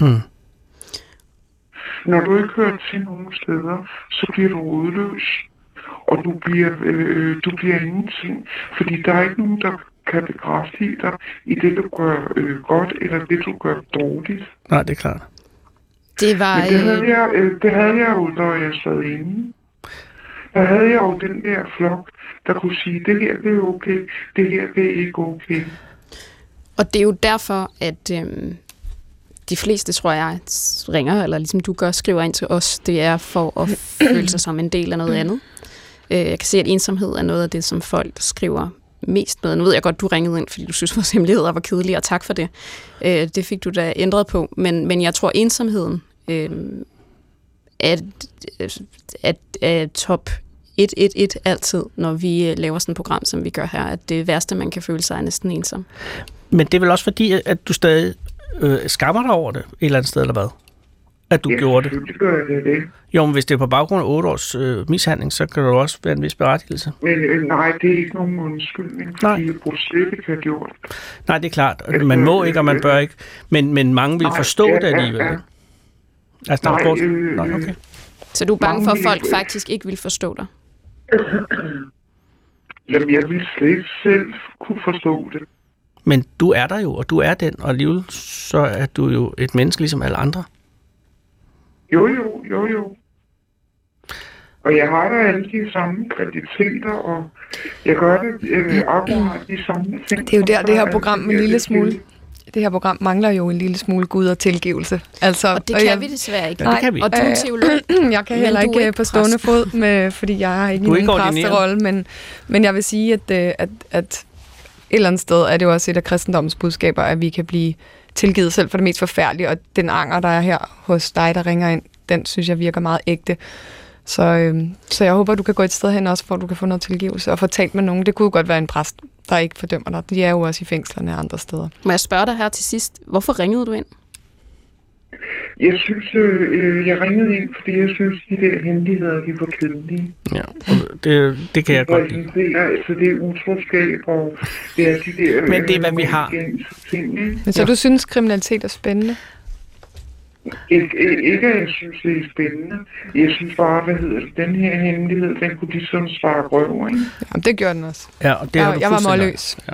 Når du ikke hører til nogen steder, så bliver du udløs. Og du bliver ingenting. Fordi der er ikke nogen, der kan bekræfte dig i det, du gør godt, eller det, du gør dårligt. Nej, det er klart. Det var... Men det havde jeg jo, da jeg sad inde. Der havde jeg jo den der flok, der kunne sige, det her det er okay, det her det er ikke okay. Og det er jo derfor, at de fleste, tror jeg, ringer, eller ligesom du gør, skriver ind til os, det er for at føle sig som en del af noget andet. Jeg kan se, at ensomhed er noget af det, som folk skriver mest med. Nu ved jeg godt, du ringede ind, fordi du synes, vores hemmeligheder var kedelige, og tak for det. Det fik du da ændret på. Men jeg tror, ensomheden er top 111 altid, når vi laver sådan et program, som vi gør her, at det værste, man kan føle sig, er næsten ensom. Men det er vel også fordi, at du stadig skammer dig over det et eller andet sted, eller hvad? At du gjorde det? Ja, gør det. Jo, men hvis det er på baggrund af 8 års mishandling, så kan det også være en vis berettigelse. Men nej, det er ikke nogen undskyldning, fordi jeg slet ikke har gjort. Nej, det er klart. Man må ikke, og man bør ikke. Men mange vil forstå det alligevel. Ja. Altså, nej, okay. Så du er bange for, at folk faktisk ikke vil forstå dig? Jamen, jeg vil slet ikke selv kunne forstå det. Men du er der jo, og du er den, og alligevel så er du jo et menneske ligesom alle andre. Jo. Og jeg har da alle de samme kvaliteter, og jeg gør det akkurat de samme ting. Det er jo der, det her program en lille smule... Det her program mangler jo en lille smule Gud og tilgivelse. Altså, og det kan vi desværre ikke. Nej, det kan vi. Og du er teolog. Jeg kan heller ikke på stående fod, fordi jeg har ikke nogen præsterolle. Men jeg vil sige, at et eller andet sted er det jo også et af kristendommens budskaber, at vi kan blive tilgivet selv for det mest forfærdelige. Og den anger, der er her hos dig, der ringer ind, den synes jeg virker meget ægte. Så jeg håber, du kan gå et sted hen også, hvor du kan få noget tilgivelse og få talt med nogen. Det kunne godt være en præst, der ikke fordømmer dig. De er jo også i fængslerne og andre steder. Må jeg spørge dig her til sidst, hvorfor ringede du ind? Jeg synes, jeg ringede ind, fordi jeg synes, de der hemmeligheder, de var kedelige. Ja, det kan jeg godt lide. Altså, det er utroskab, og det er de der... Men det er, hvad vi har. Ting, men så du synes, kriminalitet er spændende? Ikke at jeg synes, det er spændende. Jeg synes bare, den her hemmelighed, den kunne ligesom svare røv, ikke? Jamen, det gjorde den også. Ja, og det jeg var målløs. Ja.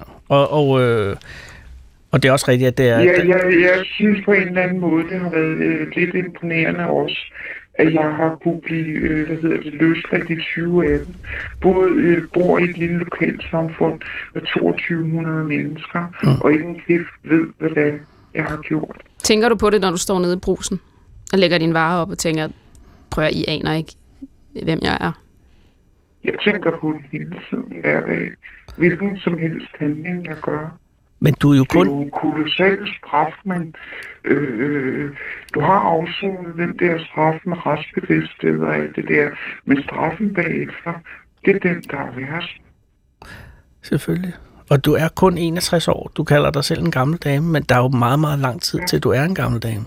Og det er også rigtigt, at det er... Jeg synes på en eller anden måde, det har været lidt imponerende også, at jeg har kunne blive løsladt i 2018. Bor i et lille lokalsamfund med 2200 mennesker, og ikke en kæft ved, hvad jeg har gjort. Tænker du på det, når du står nede i Brugsen og lægger din varer op og tænker, prøv at I aner ikke, hvem jeg er? Jeg tænker på det hele tiden hver dag. Hvilken som helst handling, jeg gør. Men du er jo kun... Det er jo en kolossal straf, men du har afsonet den der straf med retsbevidsthed og alt det der. Men straffen bagefter, det er den, der er værst. Selvfølgelig. Og du er kun 61 år. Du kalder dig selv en gammel dame, men der er jo meget, meget lang tid til, du er en gammel dame.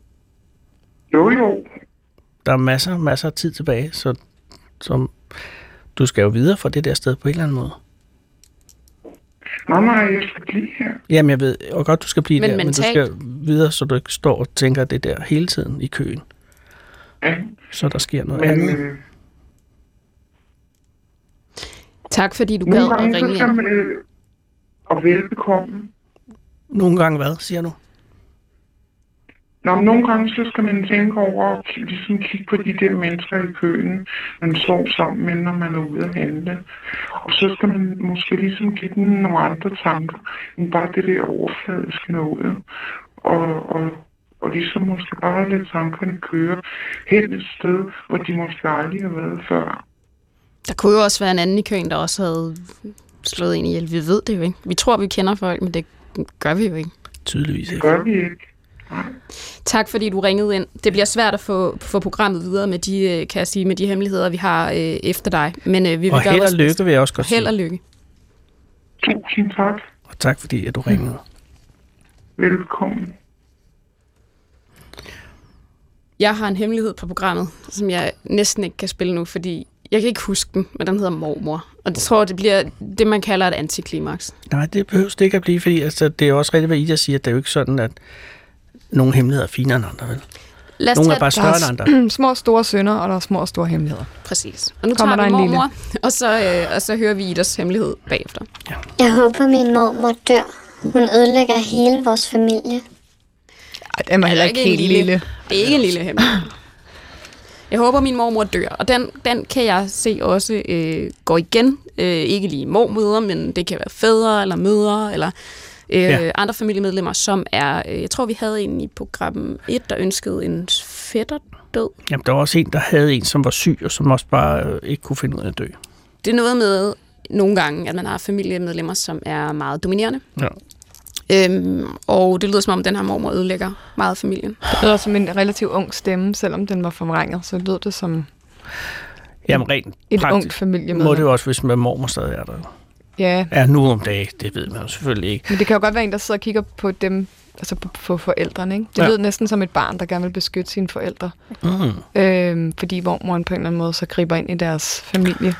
Jo. Der er masser af tid tilbage, så du skal jo videre fra det der sted på en eller anden måde. Nej, jeg skal blive her. Jamen, jeg ved og godt, du skal blive men der, mentalt... men du skal videre, så du ikke står og tænker det der hele tiden i køen. Ja. Så der sker noget andet. Tak, fordi du gad at ringe ind. Og velbekomme. Nogle gange hvad, siger du? Nogle gange så skal man tænke over og ligesom kigge på de der mennesker i køen, man står sammen med, når man er ude at handle. Og så skal man måske ligesom give dem nogle andre tanker, end bare det der overfladiske noget. Og ligesom måske bare lade tankerne køre hen et sted, hvor de måske aldrig har været før. Der kunne jo også være en anden i køen, der også havde slået en ihjel. Vi ved det jo ikke. Vi tror, vi kender folk, men det gør vi jo ikke. Tydeligvis ikke. Det gør vi ikke. Nej. Tak, fordi du ringede ind. Det bliver svært at få programmet videre med de, kan jeg sige, med de hemmeligheder, vi har efter dig. Men vi vil og gøre held og lykke, vil jeg også godt sige. Held og lykke. Tusind tak. Og tak, fordi at du ringede. Velkommen. Jeg har en hemmelighed på programmet, som jeg næsten ikke kan spille nu, fordi jeg kan ikke huske den, men den hedder Mormor. Og det tror jeg, det bliver det, man kalder et antiklimaks. Nej, det behøver det ikke at blive, fordi altså, det er også rigtigt, hvad Ida siger, at det er jo ikke sådan, at nogle hemmeligheder er finere end andre, vel? Nogle er bare større end andre. Små og store synder, og der er små og store hemmeligheder. Præcis. Og nu tager vi mormor, og så hører vi Idas hemmelighed bagefter. Ja. Jeg håber, min mormor dør. Hun ødelægger hele vores familie. Ej, den var heller ikke helt lille. Det er ikke en lille hemmelighed. Jeg håber, min mormor dør, og den kan jeg se også går igen. Ikke lige mormødre, men det kan være fædre eller mødre, eller andre familiemedlemmer, som er... jeg tror, vi havde en i program 1, der ønskede en fætter død. Jamen, der var også en, der havde en, som var syg, og som også bare ikke kunne finde ud af at dø. Det er noget med nogle gange, at man har familiemedlemmer, som er meget dominerende. Ja. Og det lyder som om, den her mormor ødelægger meget af familien. Det lyder som en relativt ung stemme, selvom den var forvrænget, så lød det som rent et ungt familiemedlem. Må det jo også, hvis man mormor stadig er der. Ja. Er nu om dagen, det ved man jo selvfølgelig ikke. Men det kan jo godt være en, der sidder og kigger på dem, altså på forældrene, ikke? Det lyder næsten som et barn, der gerne vil beskytte sine forældre. Fordi mormoren på en eller anden måde så griber ind i deres familie.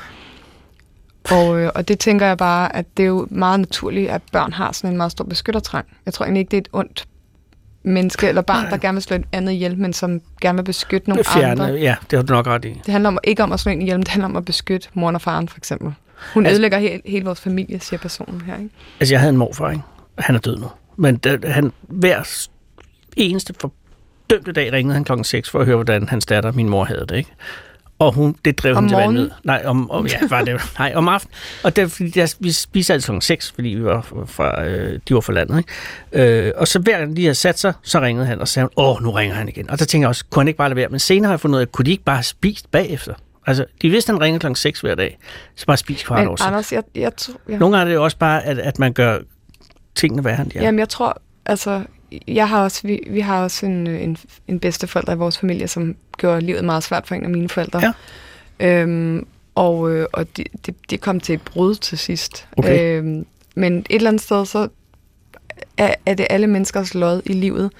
Og det tænker jeg bare, at det er jo meget naturligt, at børn har sådan en meget stor beskyttertrang. Jeg tror egentlig ikke, det er et ondt menneske eller barn, der gerne vil slå et andet ihjel, men som gerne vil beskytte nogle andre. Ja, det har du nok ret i. Det handler ikke om at slå en ihjel, men det handler om at beskytte moren og faren, for eksempel. Hun ødelægger hele vores familie, siger personen her, ikke? Altså, jeg havde en morfar, ikke? Han er død nu. Men han hver eneste fordømte dag ringede han klokken 6 for at høre, hvordan hans datter, min mor, havde det, ikke? Og det drev hende til vandet. Nej, om aftenen. Og det, fordi vi spiser altid klokken 6, fordi vi var de var fra landet, ikke? Og så hver gang de havde sat sig, så ringede han og sagde, nu ringer han igen. Og så tænkte jeg også, kunne han ikke bare lade være? Men senere har jeg fundet ud af, kunne de ikke bare have spist bagefter? Altså, de vidste, han ringer klokken 6 hver dag. Så bare spis kvart år. Anders, jeg tror... Ja. Nogle gange er det jo også bare, at man gør tingene værre, end de er. Jamen, jeg tror, altså... Vi har også en bedsteforælder i vores familie, som gjorde livet meget svært for en af mine forældre. Ja. Og de kom til et brud til sidst. Okay. Men et eller andet sted, så er det alle menneskers lod i livet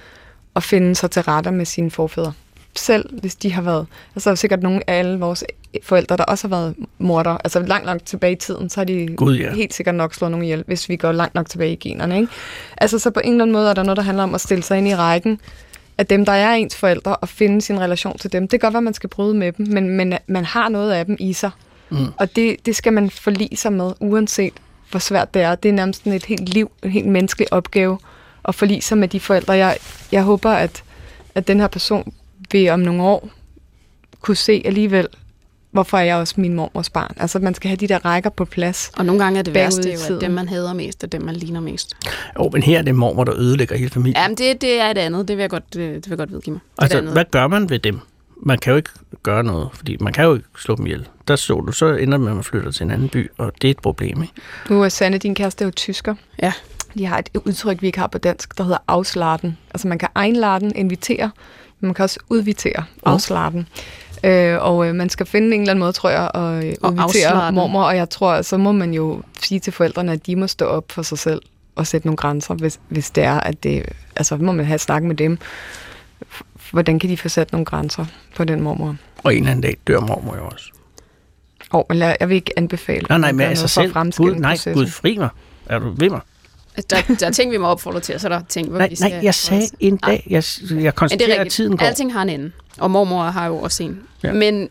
at finde sig til rette med sine forfædre. Selv hvis de har været, altså er sikkert nogle af alle vores forældre, der også har været morder, altså langt tilbage i tiden, så har de helt sikkert nok slået nogen ihjel, hvis vi går langt nok tilbage i generne, ikke? Altså så på en eller anden måde er der noget, der handler om at stille sig ind i rækken af dem, der er ens forældre, og finde sin relation til dem. Det kan godt være, at man skal bryde med dem, men man har noget af dem i sig. Og det skal man forlige sig med, uanset hvor svært det er. Det er nærmest et helt liv, en helt menneskelig opgave at forlige sig med de forældre. Jeg håber, at den her person vil om nogle år kunne se alligevel, hvorfor er jeg også min mormors barn. Altså, man skal have de der rækker på plads. Og nogle gange er det værste jo, at dem, man hader mest, og dem, man ligner mest. Jo, men her er det mormor, der ødelægger hele familien. Jamen, det er et andet. Det vil jeg godt vedgive mig. Altså, hvad gør man ved dem? Man kan jo ikke gøre noget, fordi man kan jo ikke slå dem ihjel. Der så du, så ender med, at man flytter til en anden by, og det er et problem, ikke? Nu er Sanne, din kæreste, er jo tysker. Ja. De har et udtryk, vi ikke har på dansk, der hedder ausladen. Altså, man kan einladen, invitere, men man kan også udvitere, ausladen. Og man skal finde en eller anden måde, tror jeg, at invitere mormor, og jeg tror, så må man jo sige til forældrene, at de må stå op for sig selv og sætte nogle grænser, hvis det er, at det... Altså, må man have snakket med dem. Hvordan kan de få sat nogle grænser på den mormor? Og en eller anden dag dør mormor jo også. Men jeg vil ikke anbefale. Nej, men altså selv. Gud fri mig. Er du ved mig? Der er ting, vi må opfordre til, og så er der ting, hvor vi skal... Nej, jeg sagde en dag, jeg konstaterer, at tiden går. Alting har en ende, og mormor har jo også en. Ja. Men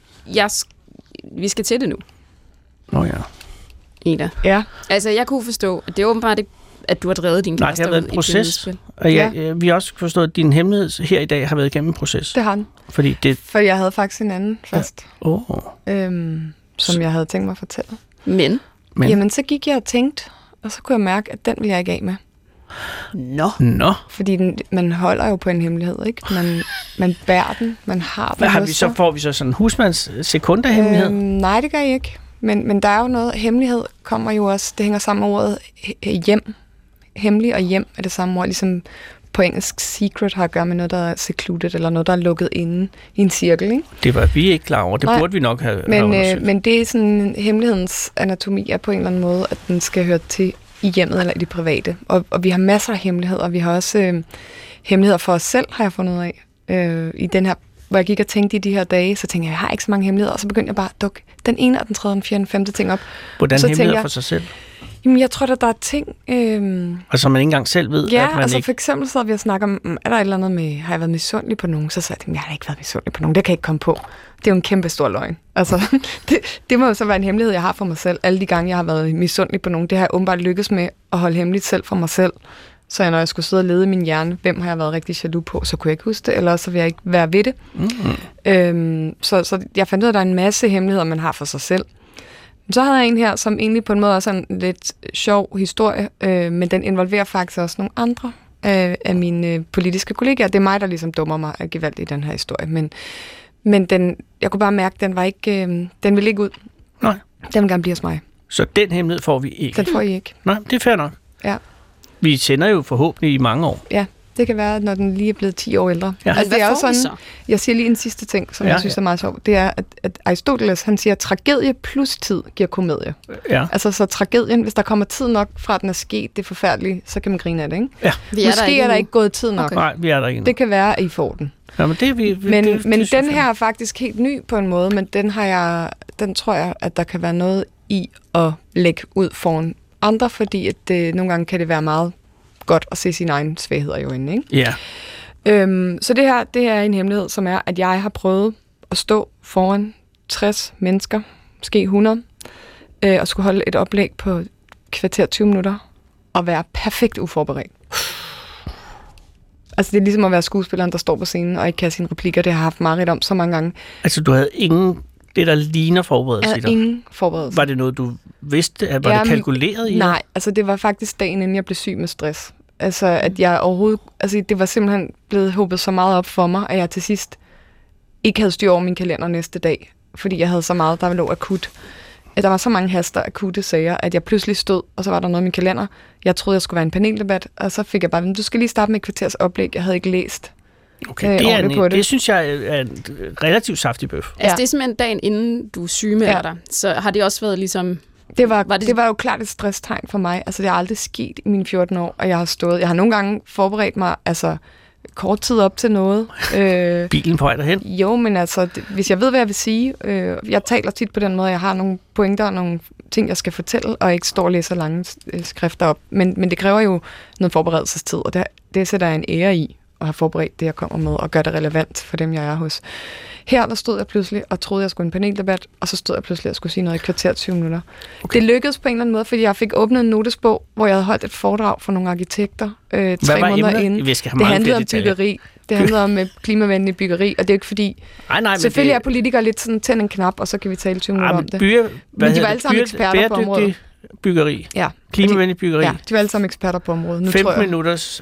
vi skal til det nu. Ja. Ida. Ja. Altså, jeg kunne forstå, at det er åbenbart ikke, at du har drevet din kæreste. Nej, det har været en proces. Og vi har også forstået, at din hemmelighed her i dag har været igennem en proces. Det har den. For jeg havde faktisk en anden først. Som jeg havde tænkt mig at fortælle. Men? Jamen, så gik jeg og tænkte, og så kunne jeg mærke, at den vil jeg ikke af med. Nå. Fordi man holder jo på en hemmelighed, ikke? Man bærer den, man har den. Får vi så sådan en husmands sekundahemmelighed? Nej, det gør jeg ikke. Men der er jo noget, hemmelighed kommer jo også, det hænger sammen med ordet hjem. Hemmelig og hjem er det samme ord, ligesom på engelsk secret har at gøre med noget, der er secluded, eller noget, der er lukket inde i en cirkel, ikke? Det var vi ikke klar over, det burde vi nok have undersøgt. Men det er sådan, hemmelighedens anatomi er på en eller anden måde, at den skal høre til i hjemmet eller i det private. Og vi har masser af hemmeligheder, vi har også hemmeligheder for os selv, har jeg fundet ud af. I den her, hvor jeg gik og tænkte i de her dage, så tænkte jeg har ikke så mange hemmeligheder, og så begyndte jeg bare at dukke den ene, og den tredje, den fjerde, den femte ting op. Hvordan hemmeligheder for sig selv? Jamen, jeg tror, der er ting... Og som man ikke engang selv ved, ja, at man altså ikke... for eksempel så har vi snakket om, er der et eller andet med, har jeg været misundelig på nogen? Så sagde jeg, jeg har ikke været misundelig på nogen, det kan jeg ikke komme på. Det er jo en kæmpe stor løgn. Altså, det må jo så være en hemmelighed, jeg har for mig selv. Alle de gange, jeg har været misundelig på nogen, det har jeg åbenbart lykkes med at holde hemmeligt selv for mig selv. Så når jeg skulle sidde og lede i min hjerne, hvem har jeg været rigtig jaloux på, så kunne jeg ikke huske det, eller så vil jeg ikke være ved det. Så jeg fandt ud af, at der er en masse hemmeligheder, man har for sig selv. Så havde jeg en her, som egentlig på en måde også er en lidt sjov historie, men den involverer faktisk også nogle andre af mine politiske kollegaer. Det er mig, der ligesom dummer mig gevaldigt i den her historie, men jeg kunne bare mærke, at den var ikke, den ville ikke ud. Nej. Den vil gerne blive hos mig. Så den hemmelighed får vi ikke? Den får I ikke. Nej, det er fair nok. Ja. Vi sender jo forhåbentlig i mange år. Ja, det kan være, når den lige er blevet 10 år ældre. Ja. Altså, det er også sådan, jeg siger lige en sidste ting, som jeg synes er meget sjov. Det er, at Aristoteles, han siger, at tragedie plus tid giver komedie. Ja. Altså, så tragedien, hvis der kommer tid nok fra, at den er sket, det er forfærdeligt, så kan man grine af det, ikke? Ja. Måske er der ikke gået tid nok. Okay. Nej, vi er der ikke. Det kan være, at I får den. Ja, men det, men den her er faktisk helt ny på en måde, men den tror jeg, at der kan være noget i at lægge ud foran andre, fordi at nogle gange kan det være meget godt at se sine egne svagheder i øjnene, ikke? Ja. Så det her er en hemmelighed, som er, at jeg har prøvet at stå foran 60 mennesker, måske 100, og skulle holde et oplæg på kvarter 20 minutter, og være perfekt uforberedt. Altså, det er ligesom at være skuespilleren, der står på scenen, og ikke kan sine replikker. Det har jeg haft meget om så mange gange. Altså, du havde ingen... Det, der ligner forberedelse? Jeg havde ingen forberedelse. Var det noget, du vidste? Var det kalkuleret i? Nej, altså det var faktisk dagen, inden jeg blev syg med stress. Altså, at jeg overhovedet... Altså, det var simpelthen blevet håbet så meget op for mig, at jeg til sidst ikke havde styr over min kalender næste dag. Fordi jeg havde så meget, der lå akut. At der var så mange akutte sager, at jeg pludselig stod, og så var der noget i min kalender. Jeg troede, jeg skulle være en paneldebat, og så fik jeg bare, du skal lige starte med et kvarters oplæg. Jeg havde ikke læst. Okay, det synes jeg er en relativt saftig bøf. Altså, det er simpelthen dagen inden du sygemelder dig. Så har det også været ligesom... Det var jo klart et stresstegn for mig. Altså, det har aldrig sket i mine 14 år, og jeg har nogle gange forberedt mig, altså kort tid op til noget. Bilen på vej derhen? Jo, men altså, hvis jeg ved, hvad jeg vil sige, jeg taler tit på den måde, jeg har nogle pointer og nogle ting, jeg skal fortælle, og ikke står og læser lange skrifter op. Men det kræver jo noget forberedelsestid, og det sætter jeg en ære i, at have forberedt det, jeg kommer med, og gøre det relevant for dem, jeg er hos. Her der stod jeg pludselig og troede, jeg skulle en paneldebat, og så stod jeg pludselig og skulle sige noget i kvarter 20 minutter. Okay. Det lykkedes på en eller anden måde, fordi jeg fik åbnet en notesbog, hvor jeg havde holdt et foredrag for nogle arkitekter 3 måneder inden. Det handlede om byggeri. Det handlede om klimavenlig byggeri, og det er jo ikke fordi... Nej, selvfølgelig er politikere lidt sådan, tænd en knap, og så kan vi tale 20 minutter om det. Men de var alle sammen eksperter på området. Byggeri. Ja. Klimavenlig byggeri. Ja, de var alle sammen eksperter på området. Nu 15 minutters...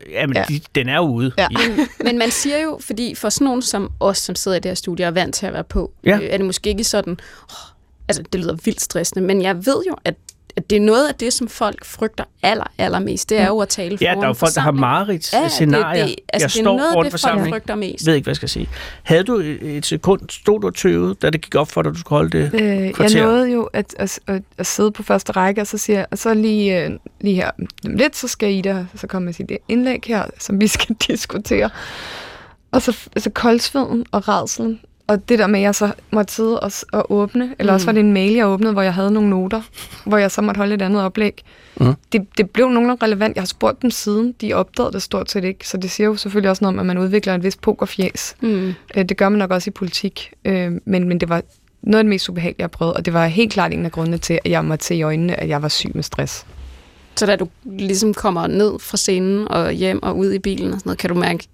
den er ude. Ja. Men man siger jo, fordi for sådan nogen som os, som sidder i det her studie og er vant til at være på, er det måske ikke sådan... altså, det lyder vildt stressende, men jeg ved jo, at det er noget af det, som folk frygter allermest. Det er jo at tale foran. Ja, der er jo folk, der har mareridsscenarier. Jeg står foran forsamling. Frygter mest. Ved ikke, hvad jeg skal sige. Havde du et sekund, stod du og tøvede, da det gik op for dig, du skulle holde det kvarter? Jeg nåede jo at sidde på første række, og så siger jeg, og så lige her lidt, så skal Ida så komme med sit indlæg her, som vi skal diskutere. Og så koldsveden og rædslen. Og det der med, at jeg så måtte sidde og åbne, eller også var det en mail, jeg åbnede, hvor jeg havde nogle noter, hvor jeg så måtte holde et andet oplæg. Det blev nogenlunde relevant. Jeg har spurgt dem siden, de opdagede det stort set ikke. Så det siger jo selvfølgelig også noget om, at man udvikler et vist pokerfjæs. Det gør man nok også i politik. Men det var noget af det mest ubehagelige, jeg prøvede, og det var helt klart en af grundene til, at jeg måtte se i øjnene, at jeg var syg med stress. Så da du ligesom kommer ned fra scenen og hjem og ud i bilen og sådan noget, kan du mærke,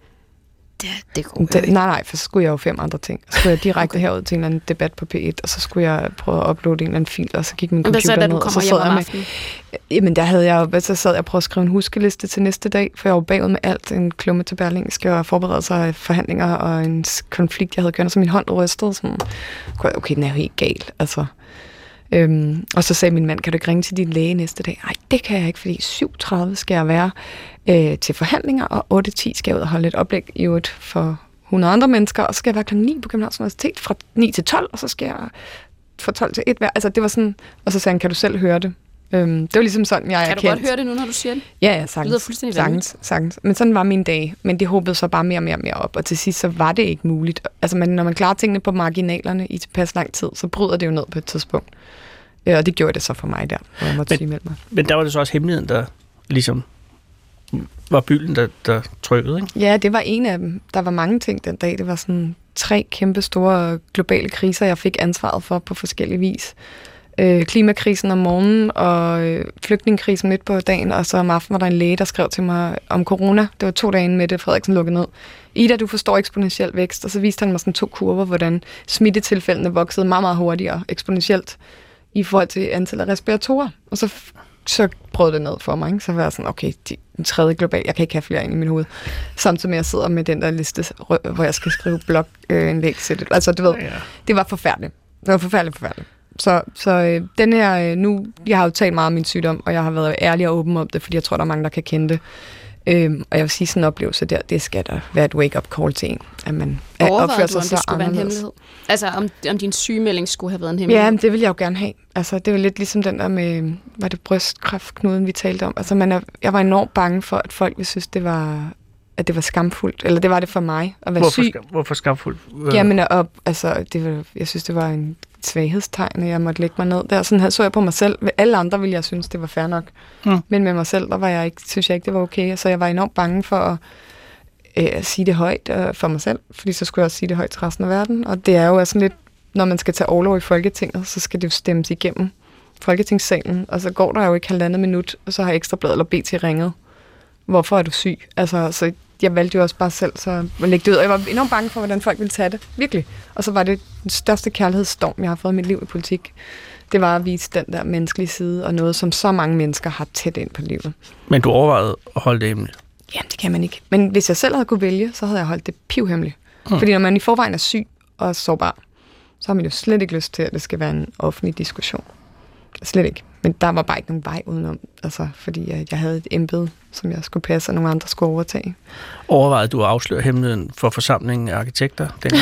det går nej, for så skulle jeg jo 5 andre ting. Så skulle jeg direkte herud til en eller anden debat på P1, og så skulle jeg prøve at uploade en eller anden fil, og så gik min computer ned, og så sad jeg med... Jamen, der havde jeg jo... Så sad jeg og prøvede at skrive en huskeliste til næste dag, for jeg var bagud med alt. En klumme til Berlingske, og forberede sig af forhandlinger, og en konflikt, jeg havde gjort, så min hånd rystede sådan... Okay, den er jo helt gal, altså... Og så sagde min mand, kan du ikke ringe til din læge næste dag? Nej, det kan jeg ikke, fordi 7:30 skal jeg være til forhandlinger, og 8:10 skal jeg ud og holde et oplæg i øvrigt for 100 andre mennesker, og så skal jeg være kl. 9 på Københavns Universitet fra 9 til 12, og så skal jeg fra 12 til 1 hver. Altså det var sådan, og så sagde han, kan du selv høre det? Det var ligesom sådan, jeg er kendt. Kan du godt høre det nu, når du siger det? Ja, sagtens. Men sådan var min dag. Men det håbede så bare mere og mere op, og til sidst så var det ikke muligt. Altså når man klarer tingene på marginalerne i tilpas lang tid, så bryder det jo ned på et tidspunkt. Og det gjorde det så for mig der, hvor jeg måtte sygemelde mig. Men der var det så også hemmeligheden, der ligesom var bylden, der trykkede, ikke? Ja, det var en af dem. Der var mange ting den dag. Det var sådan 3 kæmpe store globale kriser, jeg fik ansvaret for på forskellige vis. Klimakrisen om morgenen, og flygtningekrisen midt på dagen, og så om aftenen var der en læge, der skrev til mig om corona. Det var 2 dage inden Mette Frederiksen lukkede ned. Ida, du forstår eksponentiel vækst, og så viste han mig sådan 2 kurver, hvordan smittetilfældene voksede meget, meget hurtigere eksponentielt i forhold til antallet af respiratorer. Og så brød det ned for mig, ikke? Så var jeg sådan, okay, den 3. global, jeg kan ikke have flere ind i min hoved. Samtidig med, at jeg sidder med den der liste, hvor jeg skal skrive blogindlæg til det. Altså, du ved, det var forfærdeligt. Det var forfærdeligt. Så den her, nu, jeg har jo talt meget om min sygdom, og jeg har været ærlig og åben om det, fordi jeg tror, der er mange, der kan kende det. Og jeg vil sige, sådan en oplevelse der, det skal der være et wake-up call til en, at man opfører sig så anderledes. Altså, om din sygemelding skulle have været en hemmelighed? Ja, det vil jeg jo gerne have. Altså, det var lidt ligesom den der med, var det brystkræftknuden, vi talte om? Altså, jeg var enormt bange for, at folk ville synes, at det var skamfuldt. Eller det var det for mig at være syg. Hvorfor skamfuldt? Jamen, jeg synes, det var en svaghedstegn, at jeg måtte lægge mig ned der. Sådan så jeg på mig selv. Ved alle andre ville jeg synes, det var fair nok. Men med mig selv, der var synes jeg ikke, det var okay. Så jeg var enormt bange for at sige det højt for mig selv, fordi så skulle jeg også sige det højt til resten af verden. Og det er jo sådan lidt, når man skal tage orlov i Folketinget, så skal det jo stemmes igennem Folketingssalen, og så går der jo ikke 1,5 minut, og så har Ekstrabladet eller BT ringet. Hvorfor er du syg? Altså, så jeg valgte jo også bare selv så at lægge det ud, og jeg var enormt bange for, hvordan folk ville tage det. Virkelig. Og så var det den største kærlighedsstorm, jeg har fået i mit liv i politik. Det var at vise den der menneskelige side, og noget, som så mange mennesker har tæt ind på livet. Men du overvejede at holde det hemmeligt? Jamen, det kan man ikke. Men hvis jeg selv havde kunne vælge, så havde jeg holdt det pivhemmeligt. Fordi når man i forvejen er syg og sårbar, så har man jo slet ikke lyst til, at det skal være en offentlig diskussion. Slet ikke. Men der var bare ikke nogen vej udenom, altså, fordi jeg havde et embede, som jeg skulle passe, og nogle andre skulle overtage. Overvejede du at afsløre hemmeligheden for forsamlingen af arkitekter? Det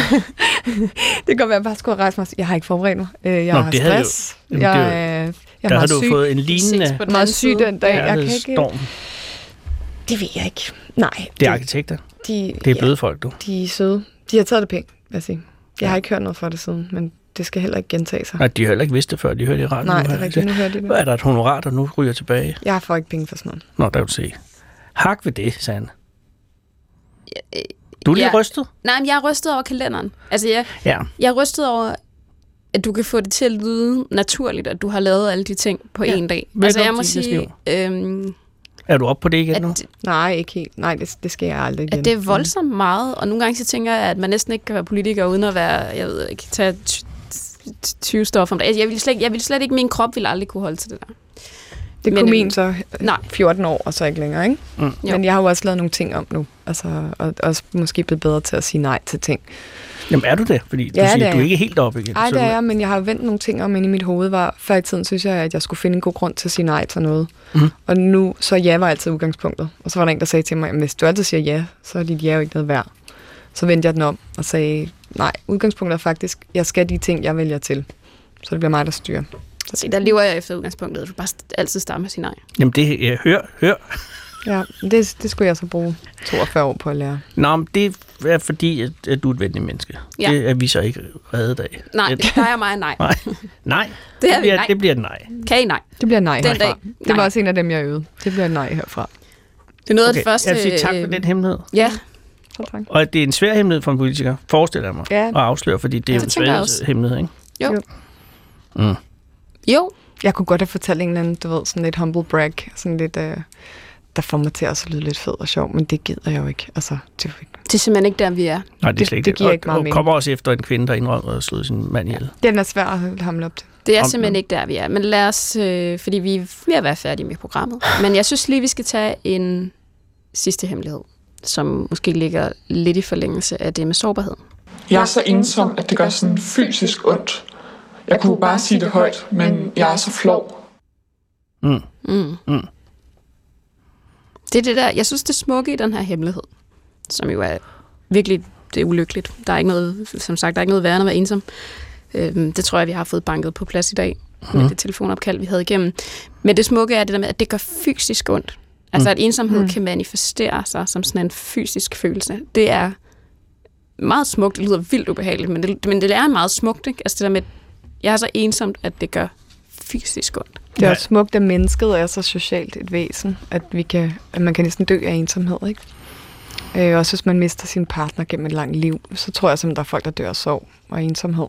kan godt være, at jeg bare skulle rejse mig. Jeg har ikke forberedt mig. Jeg har stress. Jeg der har du syg. Fået en lignende meget syg den dag. Jeg kan ikke... Storm. Det ved jeg ikke. Nej. Det er arkitekter? Det er bløde folk, du. De er søde. De har taget det pænt, vil jeg sige. Jeg har ikke hørt noget fra det siden, men det skal heller ikke gentage sig. Nej, de har heller ikke vidst det før, de hørte i radioen. Nej, det er rigtigt, nu hører de det. Er der et honorar, der nu ryger tilbage? Jeg får ikke penge for sådan noget. Nå, der vil du se. Hak ved det, Sanne. Du er lige rystet? Nej, men jeg er rystet over kalenderen. Altså, jeg er rystet over, at du kan få det til at lyde naturligt, at du har lavet alle de ting på en dag. Altså, jeg må sige... Er du oppe på det igen nu? Nej, ikke helt. Nej, det skal jeg aldrig igen. At det er voldsomt meget, og nogle gange så tænker jeg, at man næsten ikke kan være politiker uden at være, jeg ved ikke, tage 20 stoffer om dagen. Jeg ville slet ikke, min krop ville aldrig kunne holde til det der. Det kunne min så 14 år, og så ikke længere, ikke? Mm. Men jeg har jo også lavet nogle ting om nu, altså, og også måske blevet bedre til at sige nej til ting. Jamen er du det? Fordi du siger, du er ikke helt oppe igen. Nej, det er jeg, men jeg har vendt nogle ting om inde i mit hoved, var før i tiden synes jeg, at jeg skulle finde en god grund til at sige nej til noget. Mm. Og nu, så ja var altid udgangspunktet. Og så var der en, der sagde til mig, at hvis du altid siger ja, så er dit ja jo ikke noget værd. Så vendte jeg den om og sagde, nej, udgangspunktet er faktisk, jeg skal de ting, jeg vælger til. Så det bliver mig, der styrer. Så der lever jeg efter udgangspunktet. Du bare altid starte med at sige nej. Jamen det, hør. Ja, det skulle jeg så bruge 42 år på at lære. Nå, men det er fordi, at du er et venligt menneske. Ja. Det er vi så ikke reddet af. Nej, der er mig nej. Nej. Det bliver et nej. Kan I nej? Det bliver nej den herfra. Dag. Det var også en af dem, jeg øvede. Det bliver et nej herfra. Det er noget af det første... Jeg vil sige tak for den hemmelighed. Ja. Tak. Og det er en svær hemmelighed for en politiker, forestiller jeg mig, at afsløre, fordi det er jo en svær hemmelighed, ikke? Jo. Mm. Jo. Jeg kunne godt have fortalt en eller anden, du ved, sådan lidt humble brag, sådan lidt, der får mig til at lyde lidt fed og sjov, men det gider jeg jo ikke. Altså, det er simpelthen ikke der, vi er. Nej, det er slet ikke det giver ikke meget mening. Og kommer også efter en kvinde, der indrømmer at slå sin mand ihjel. Den er svær at hamle op til. Det er simpelthen ikke der, vi er. Men lad os, fordi vi er ved at være færdige med programmet. Men jeg synes lige, vi skal tage en sidste hemmelighed, som måske ligger lidt i forlængelse af det med sårbarhed. Jeg er så ensom, at det gør sådan fysisk ondt. Jeg kunne bare sige det højt, men jeg er så flov. Det er det der, jeg synes, det smukke i den her hemmelighed, som jo er virkelig, det er ulykkeligt. Der er ikke noget, som sagt, der er ikke noget værre end at være ensom. Det tror jeg, vi har fået banket på plads i dag, med det telefonopkald, vi havde igennem. Men det smukke er det der med, at det gør fysisk ondt. Altså, at ensomhed kan manifestere sig som sådan en fysisk følelse. Det er meget smukt. Det lyder vildt ubehageligt, men det er meget smukt, ikke? Altså det der med, jeg er så ensomt, at det gør fysisk ondt. Det er også smukt, at mennesket er så socialt et væsen, at man kan næsten dø af ensomhed, ikke? Også hvis man mister sin partner gennem et langt liv, så tror jeg simpelthen, der er folk, der dør af sorg og ensomhed.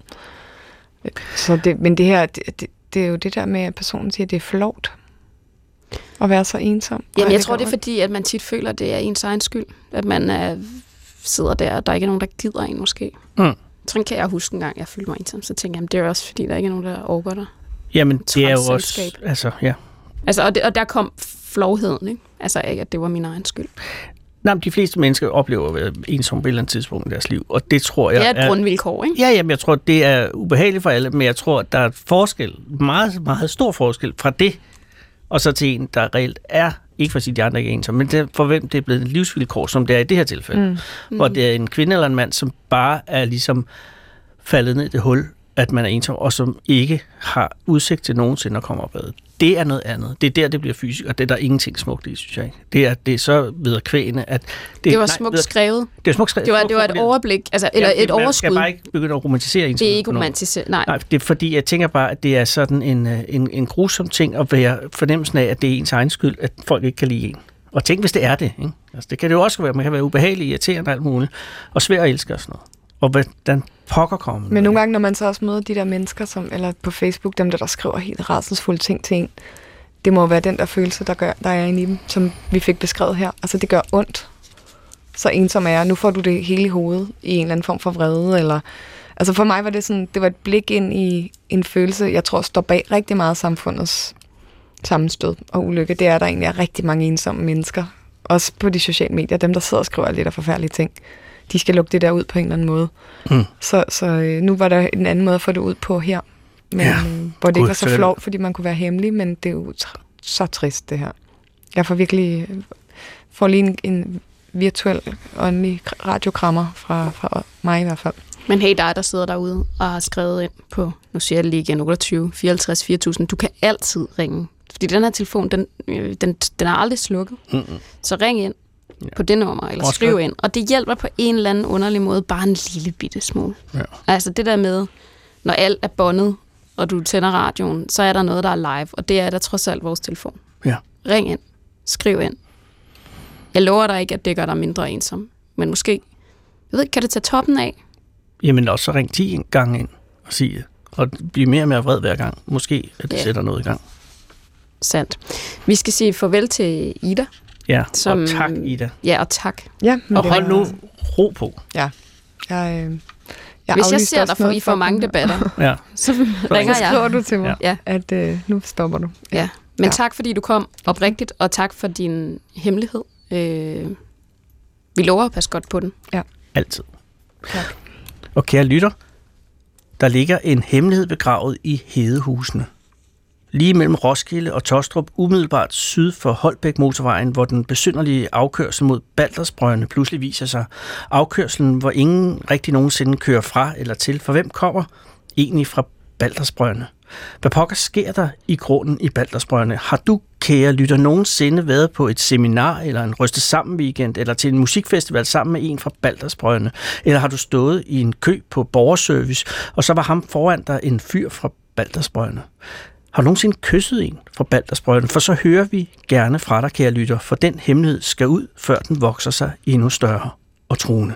Men det her, det er jo det der med, at personen siger, at det er flovt at være så ensom. Jamen, jeg tror, det er fordi, at man tit føler, at det er ens egen skyld. At man sidder der, og der ikke er nogen, der gider en måske. Sådan kan jeg huske en gang, jeg følte mig ensom. Så tænker jeg, det er også fordi, der ikke er nogen, der overgår dig. Jamen, det er jo også... Altså, og der kom flovheden, ikke? Altså ikke, at det var min egen skyld. Nej, men de fleste mennesker oplever at være ensom på et eller andet tidspunkt i deres liv, og det tror jeg... Det er et grundvilkår, ikke? Ja, jamen, jeg tror, det er ubehageligt for alle, men jeg tror, der er et forskel, meget, meget stor forskel fra det, og så til en, der reelt er, ikke for at sige, de andre ikke er ensom, men for hvem det er blevet et livsvilkår, som det er i det her tilfælde. Hvor det er en kvinde eller en mand, som bare er ligesom faldet ned i det hul, at man er ensom, og som ikke har udsigt til nogensinde at komme op ad. Det er noget andet. Det er der, det bliver fysisk, og det er der ingenting smukt i, synes jeg ikke. Det er så vederkvægende, at... Det var smukt skrevet. Det var smukt skrevet. Det var et overblik, altså, eller et overskud. Man skal bare ikke begynde at romantisere ensomhed. Det er ikke romantiseret, nej. Nej, det er fordi, jeg tænker bare, at det er sådan en grusom ting at være fornemmelsen af, at det er ens egen skyld, at folk ikke kan lide en. Og tænk, hvis det er det, ikke? Altså, det kan det jo også være. Man kan være ubehagelig, irriterende og alt muligt, og svær at elske og sådan noget. Og hvordan pokker kommer. Men nogle gange, når man så også møder de der mennesker, eller på Facebook, dem der skriver helt rædselsfulde ting til en, det må være den der følelse, der er inde i dem, som vi fik beskrevet her. Altså, det gør ondt. Så ensom er jeg. Nu får du det hele i hovedet i en eller anden form for vrede, eller... Altså, for mig var det sådan, det var et blik ind i en følelse, jeg tror, står bag rigtig meget samfundets sammenstød og ulykke. Det er, der egentlig er rigtig mange ensomme mennesker. Også på de sociale medier, dem der sidder og skriver lidt af forfærdelige ting. De skal lukke det der ud på en eller anden måde. Så nu var der en anden måde at få det ud på her. Men, hvor det ikke var så flot, fordi man kunne være hemmelig, men det er jo så trist, det her. Jeg får lige en virtuel åndelig radiokrammer fra mig i hvert fald. Men hey, dig, der sidder derude og har skrevet ind på, nu siger jeg det lige igen, 28 54 4000, du kan altid ringe. Fordi den her telefon, den er aldrig slukket. Så ring ind. på det nummer, eller skriv ind. Og det hjælper på en eller anden underlig måde, bare en lille bitte smule. Ja. Altså det der med, når alt er båndet, og du tænder radioen, så er der noget, der er live, og det er der trods alt vores telefon. Ja. Ring ind. Skriv ind. Jeg lover dig ikke, at det gør dig mindre ensom, men måske, jeg ved ikke, kan det tage toppen af? Jamen også så ring 10 gange ind og sige det. Og blive mere og mere vred hver gang. Måske, at det sætter noget i gang. Sandt. Vi skal sige farvel til Ida. Ja, og tak, Ida. Ja, og tak. Ja, og hold nu ro på. Ja. Hvis jeg ser dig i for mange debatter, så ringer jeg. Så skriver du til mig, at nu stopper du. Ja. Men tak, fordi du kom oprigtigt, og tak for din hemmelighed. Vi lover at passe godt på den. Ja. Altid. Tak. Og kære lytter, der ligger en hemmelighed begravet i Hedehusene. Lige mellem Roskilde og Tostrup, umiddelbart syd for Holbæk motorvejen, hvor den besynderlige afkørsel mod Baldersbrønde pludselig viser sig. Afkørselen, hvor ingen rigtig nogensinde kører fra eller til. For hvem kommer egentlig fra Baldersbrønde? Hvad pokker sker der i grunden i Baldersbrønde? Har du, kære lytter, nogensinde været på et seminar eller en Rystet Sammen weekend eller til en musikfestival sammen med en fra Baldersbrønde? Eller har du stået i en kø på borgerservice, og så var ham foran dig en fyr fra Baldersbrønde? Har du nogensinde kysset en fra Baldersbrønde? For så hører vi gerne fra dig, kære lytter, for den hemmelighed skal ud, før den vokser sig endnu større og truende.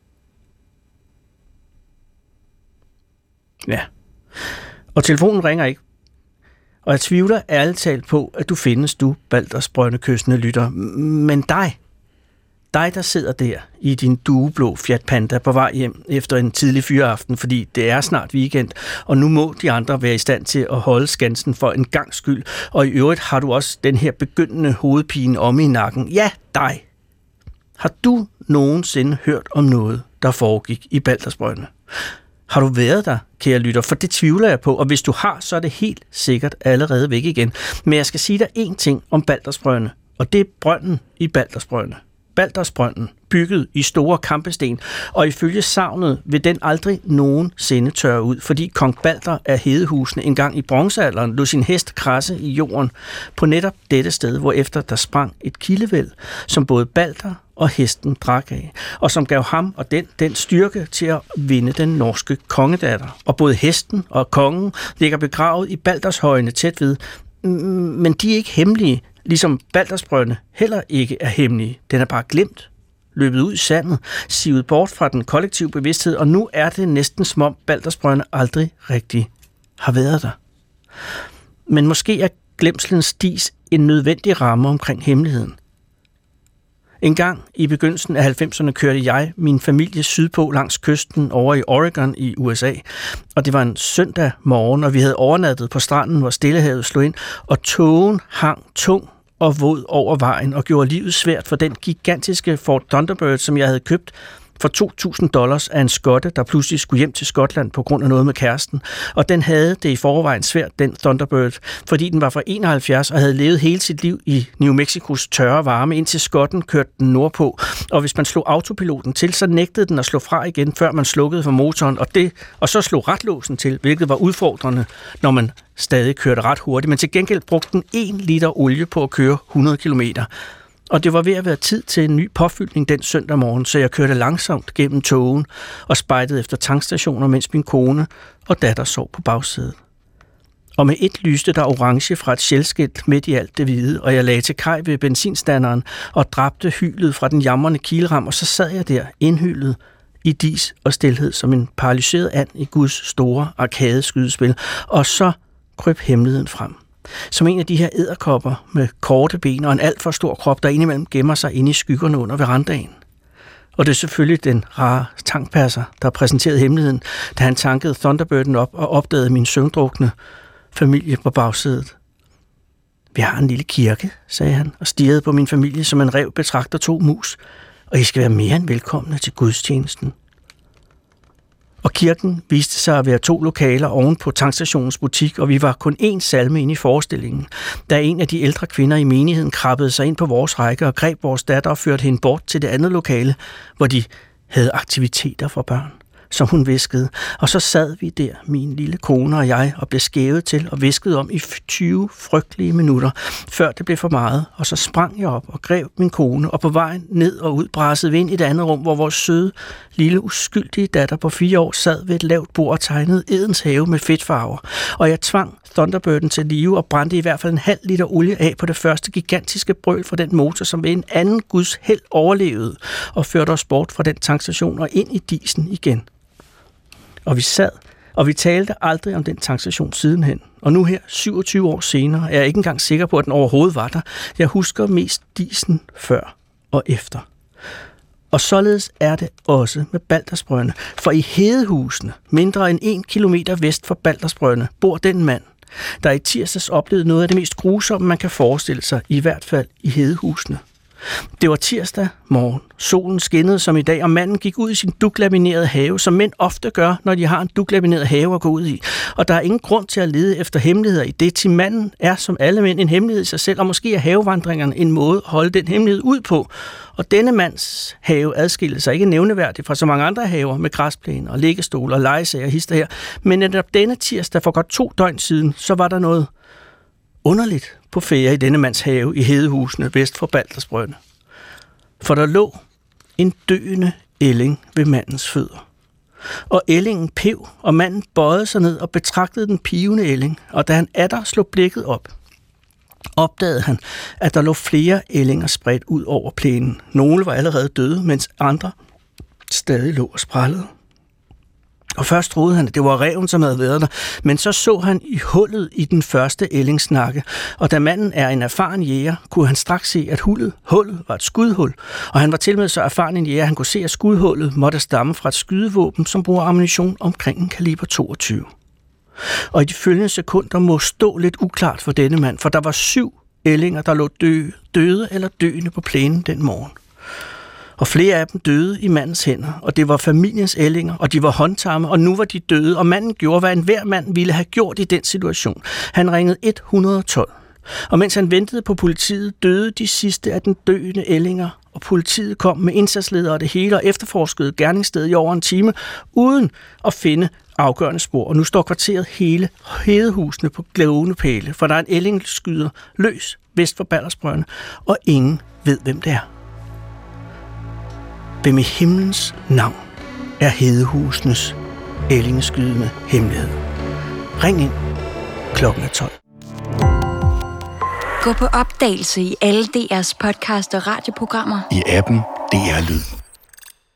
Ja. Og telefonen ringer ikke. Og jeg tvivler ærligt talt på, at du findes, du Baldersbrønde kystende lytter. Men dig, der sidder der i din dueblå Fiat Panda på vej hjem efter en tidlig fyreaften, fordi det er snart weekend, og nu må de andre være i stand til at holde skansen for en gangs skyld. Og i øvrigt har du også den her begyndende hovedpine omme i nakken. Ja, dig. Har du nogensinde hørt om noget, der foregik i Baldersbrønde? Har du været der, kære lytter? For det tvivler jeg på, og hvis du har, så er det helt sikkert allerede væk igen. Men jeg skal sige dig én ting om Baldersbrønde, og det er brønden i Baldersbrønde. Baldersbrønden, bygget i store kampesten, og ifølge sagnet vil den aldrig nogensinde tørre ud, fordi kong Balder af Hedehusene engang i bronzealderen lod sin hest krasse i jorden på netop dette sted, hvorefter der sprang et kildevæld, som både Balder og hesten drak af, og som gav ham og den styrke til at vinde den norske kongedatter. Og både hesten og kongen ligger begravet i Baldershøjene tæt ved, men de er ikke hemmelige, ligesom Baldersbrønde heller ikke er hemmelige. Den er bare glemt, løbet ud i sandet, sivet bort fra den kollektive bevidsthed, og nu er det næsten som om Baldersbrønde aldrig rigtig har været der. Men måske er glemselens dis en nødvendig ramme omkring hemmeligheden. En gang i begyndelsen af 90'erne kørte jeg min familie sydpå langs kysten over i Oregon i USA, og det var en søndag morgen, og vi havde overnattet på stranden, hvor Stillehavet slog ind, og tågen hang tung og våd over vejen og gjorde livet svært for den gigantiske Ford Thunderbird, som jeg havde købt for $2,000 af en skotte, der pludselig skulle hjem til Skotland på grund af noget med kæresten. Og den havde det i forvejen svært, den Thunderbird, fordi den var fra 71 og havde levet hele sit liv i New Mexicos tørre varme, indtil skotten kørte den nordpå. Og hvis man slog autopiloten til, så nægtede den at slå fra igen, før man slukkede for motoren, og så slog ratlåsen til, hvilket var udfordrende, når man stadig kørte ret hurtigt. Men til gengæld brugte den 1 liter olie på at køre 100 kilometer. Og det var ved at være tid til en ny påfyldning den søndag morgen, så jeg kørte langsomt gennem togen og spejdede efter tankstationer, mens min kone og datter sov på bagsædet. Og med et lyste der orange fra et Shell-skilt midt i alt det hvide, og jeg lagde til kaj ved benzinstanderen og dræbte hylet fra den jamrende kielram, og så sad jeg der indhyllet i dis og stilhed som en paralyseret and i Guds store arkadeskydespil, og så krøb hemmeligheden frem. Som en af de her edderkopper med korte ben og en alt for stor krop, der indimellem gemmer sig inde i skyggerne under verandaen. Og det er selvfølgelig den rare tankpasser, der præsenterede hemmeligheden, da han tankede Thunderbirden op og opdagede min søvndrukne familie på bagsædet. Vi har en lille kirke, sagde han, og stirrede på min familie, som en ræv betragter 2 mus, og I skal være mere end velkomne til gudstjenesten. Og kirken viste sig at være 2 lokaler oven på tankstationens butik, og vi var kun 1 salme inde i forestillingen, da en af de ældre kvinder i menigheden krabbede sig ind på vores række og greb vores datter og førte hende bort til det andet lokale, hvor de havde aktiviteter for børn. som hun viskede. Og så sad vi der, min lille kone og jeg, og blev skævet til og viskede om i 20 frygtelige minutter, før det blev for meget. Og så sprang jeg op og greb min kone, og på vejen ned og ud brassede vi ind i et andet rum, hvor vores søde, lille, uskyldige datter på 4 år sad ved et lavt bord og tegnede Edens have med fedtfarver. Og jeg tvang Thunderbirden til live og brændte i hvert fald 0,5 liter olie af på det første gigantiske brøl fra den motor, som ved en anden guds held overlevede og førte os bort fra den tankstation og ind i disen igen. Og vi sad, og vi talte aldrig om den tankstation sidenhen. Og nu her, 27 år senere, er jeg ikke engang sikker på, at den overhovedet var der. Jeg husker mest disen før og efter. Og således er det også med Baldersbrønde. For i Hedehusene, mindre end 1 kilometer vest for Baldersbrønde, bor den mand, der i tirsdags oplevede noget af det mest grusomme, man kan forestille sig, i hvert fald i Hedehusene. Det var tirsdag morgen. Solen skinnede som i dag, og manden gik ud i sin duklaminerede have, som mænd ofte gør, når de har en duklamineret have at gå ud i. Og der er ingen grund til at lede efter hemmeligheder i det. Til manden er som alle mænd en hemmelighed i sig selv, og måske er havevandringerne en måde at holde den hemmelighed ud på. Og denne mands have adskilte sig ikke nævneværdigt fra så mange andre haver med græsplæner og liggestole og legesager hister her. Men netop denne tirsdag for godt 2 døgn siden, så var der noget underligt på færde i denne mands have i Hedehusene vest for Baldersbrønde. For der lå en døende ælling ved mandens fødder. Og ællingen pev, og manden bøjede sig ned og betragtede den pivende ælling, og da han atter slog blikket op, opdagede han, at der lå flere ællinger spredt ud over plænen. Nogle var allerede døde, mens andre stadig lå og sprællede. Og først troede han, at det var ræven, som havde været der, men så han i hullet i den første ællingsnakke, og da manden er en erfaren jæger, kunne han straks se, at hullet var et skudhul, og han var tilmed så erfaren en jæger, at han kunne se, at skudhullet måtte stamme fra et skydevåben, som bruger ammunition omkring en kaliber 22. Og i de følgende sekunder må stå lidt uklart for denne mand, for der var 7 ællinger, der lå døde eller døende på plænen den morgen. Og flere af dem døde i mandens hænder, og det var familiens ællinger, og de var håndtamme, og nu var de døde, og manden gjorde, hvad enhver mand ville have gjort i den situation. Han ringede 112, og mens han ventede på politiet, døde de sidste af den døende ællinger, og politiet kom med indsatsledere og det hele, og efterforskede gerningsstedet i over en time, uden at finde afgørende spor. Og nu står kvarteret hele Hedehusene på gløvende pæle, for der er en ællingskyder løs vest for Baldersbrønde, og ingen ved, hvem det er. Hvem i himlens navn er Hedehusenes ællingsskydende hemmelighed? Ring ind. Klokken er 12. Gå på opdagelse i alle DR's podcast og radioprogrammer. I appen DR Lyd.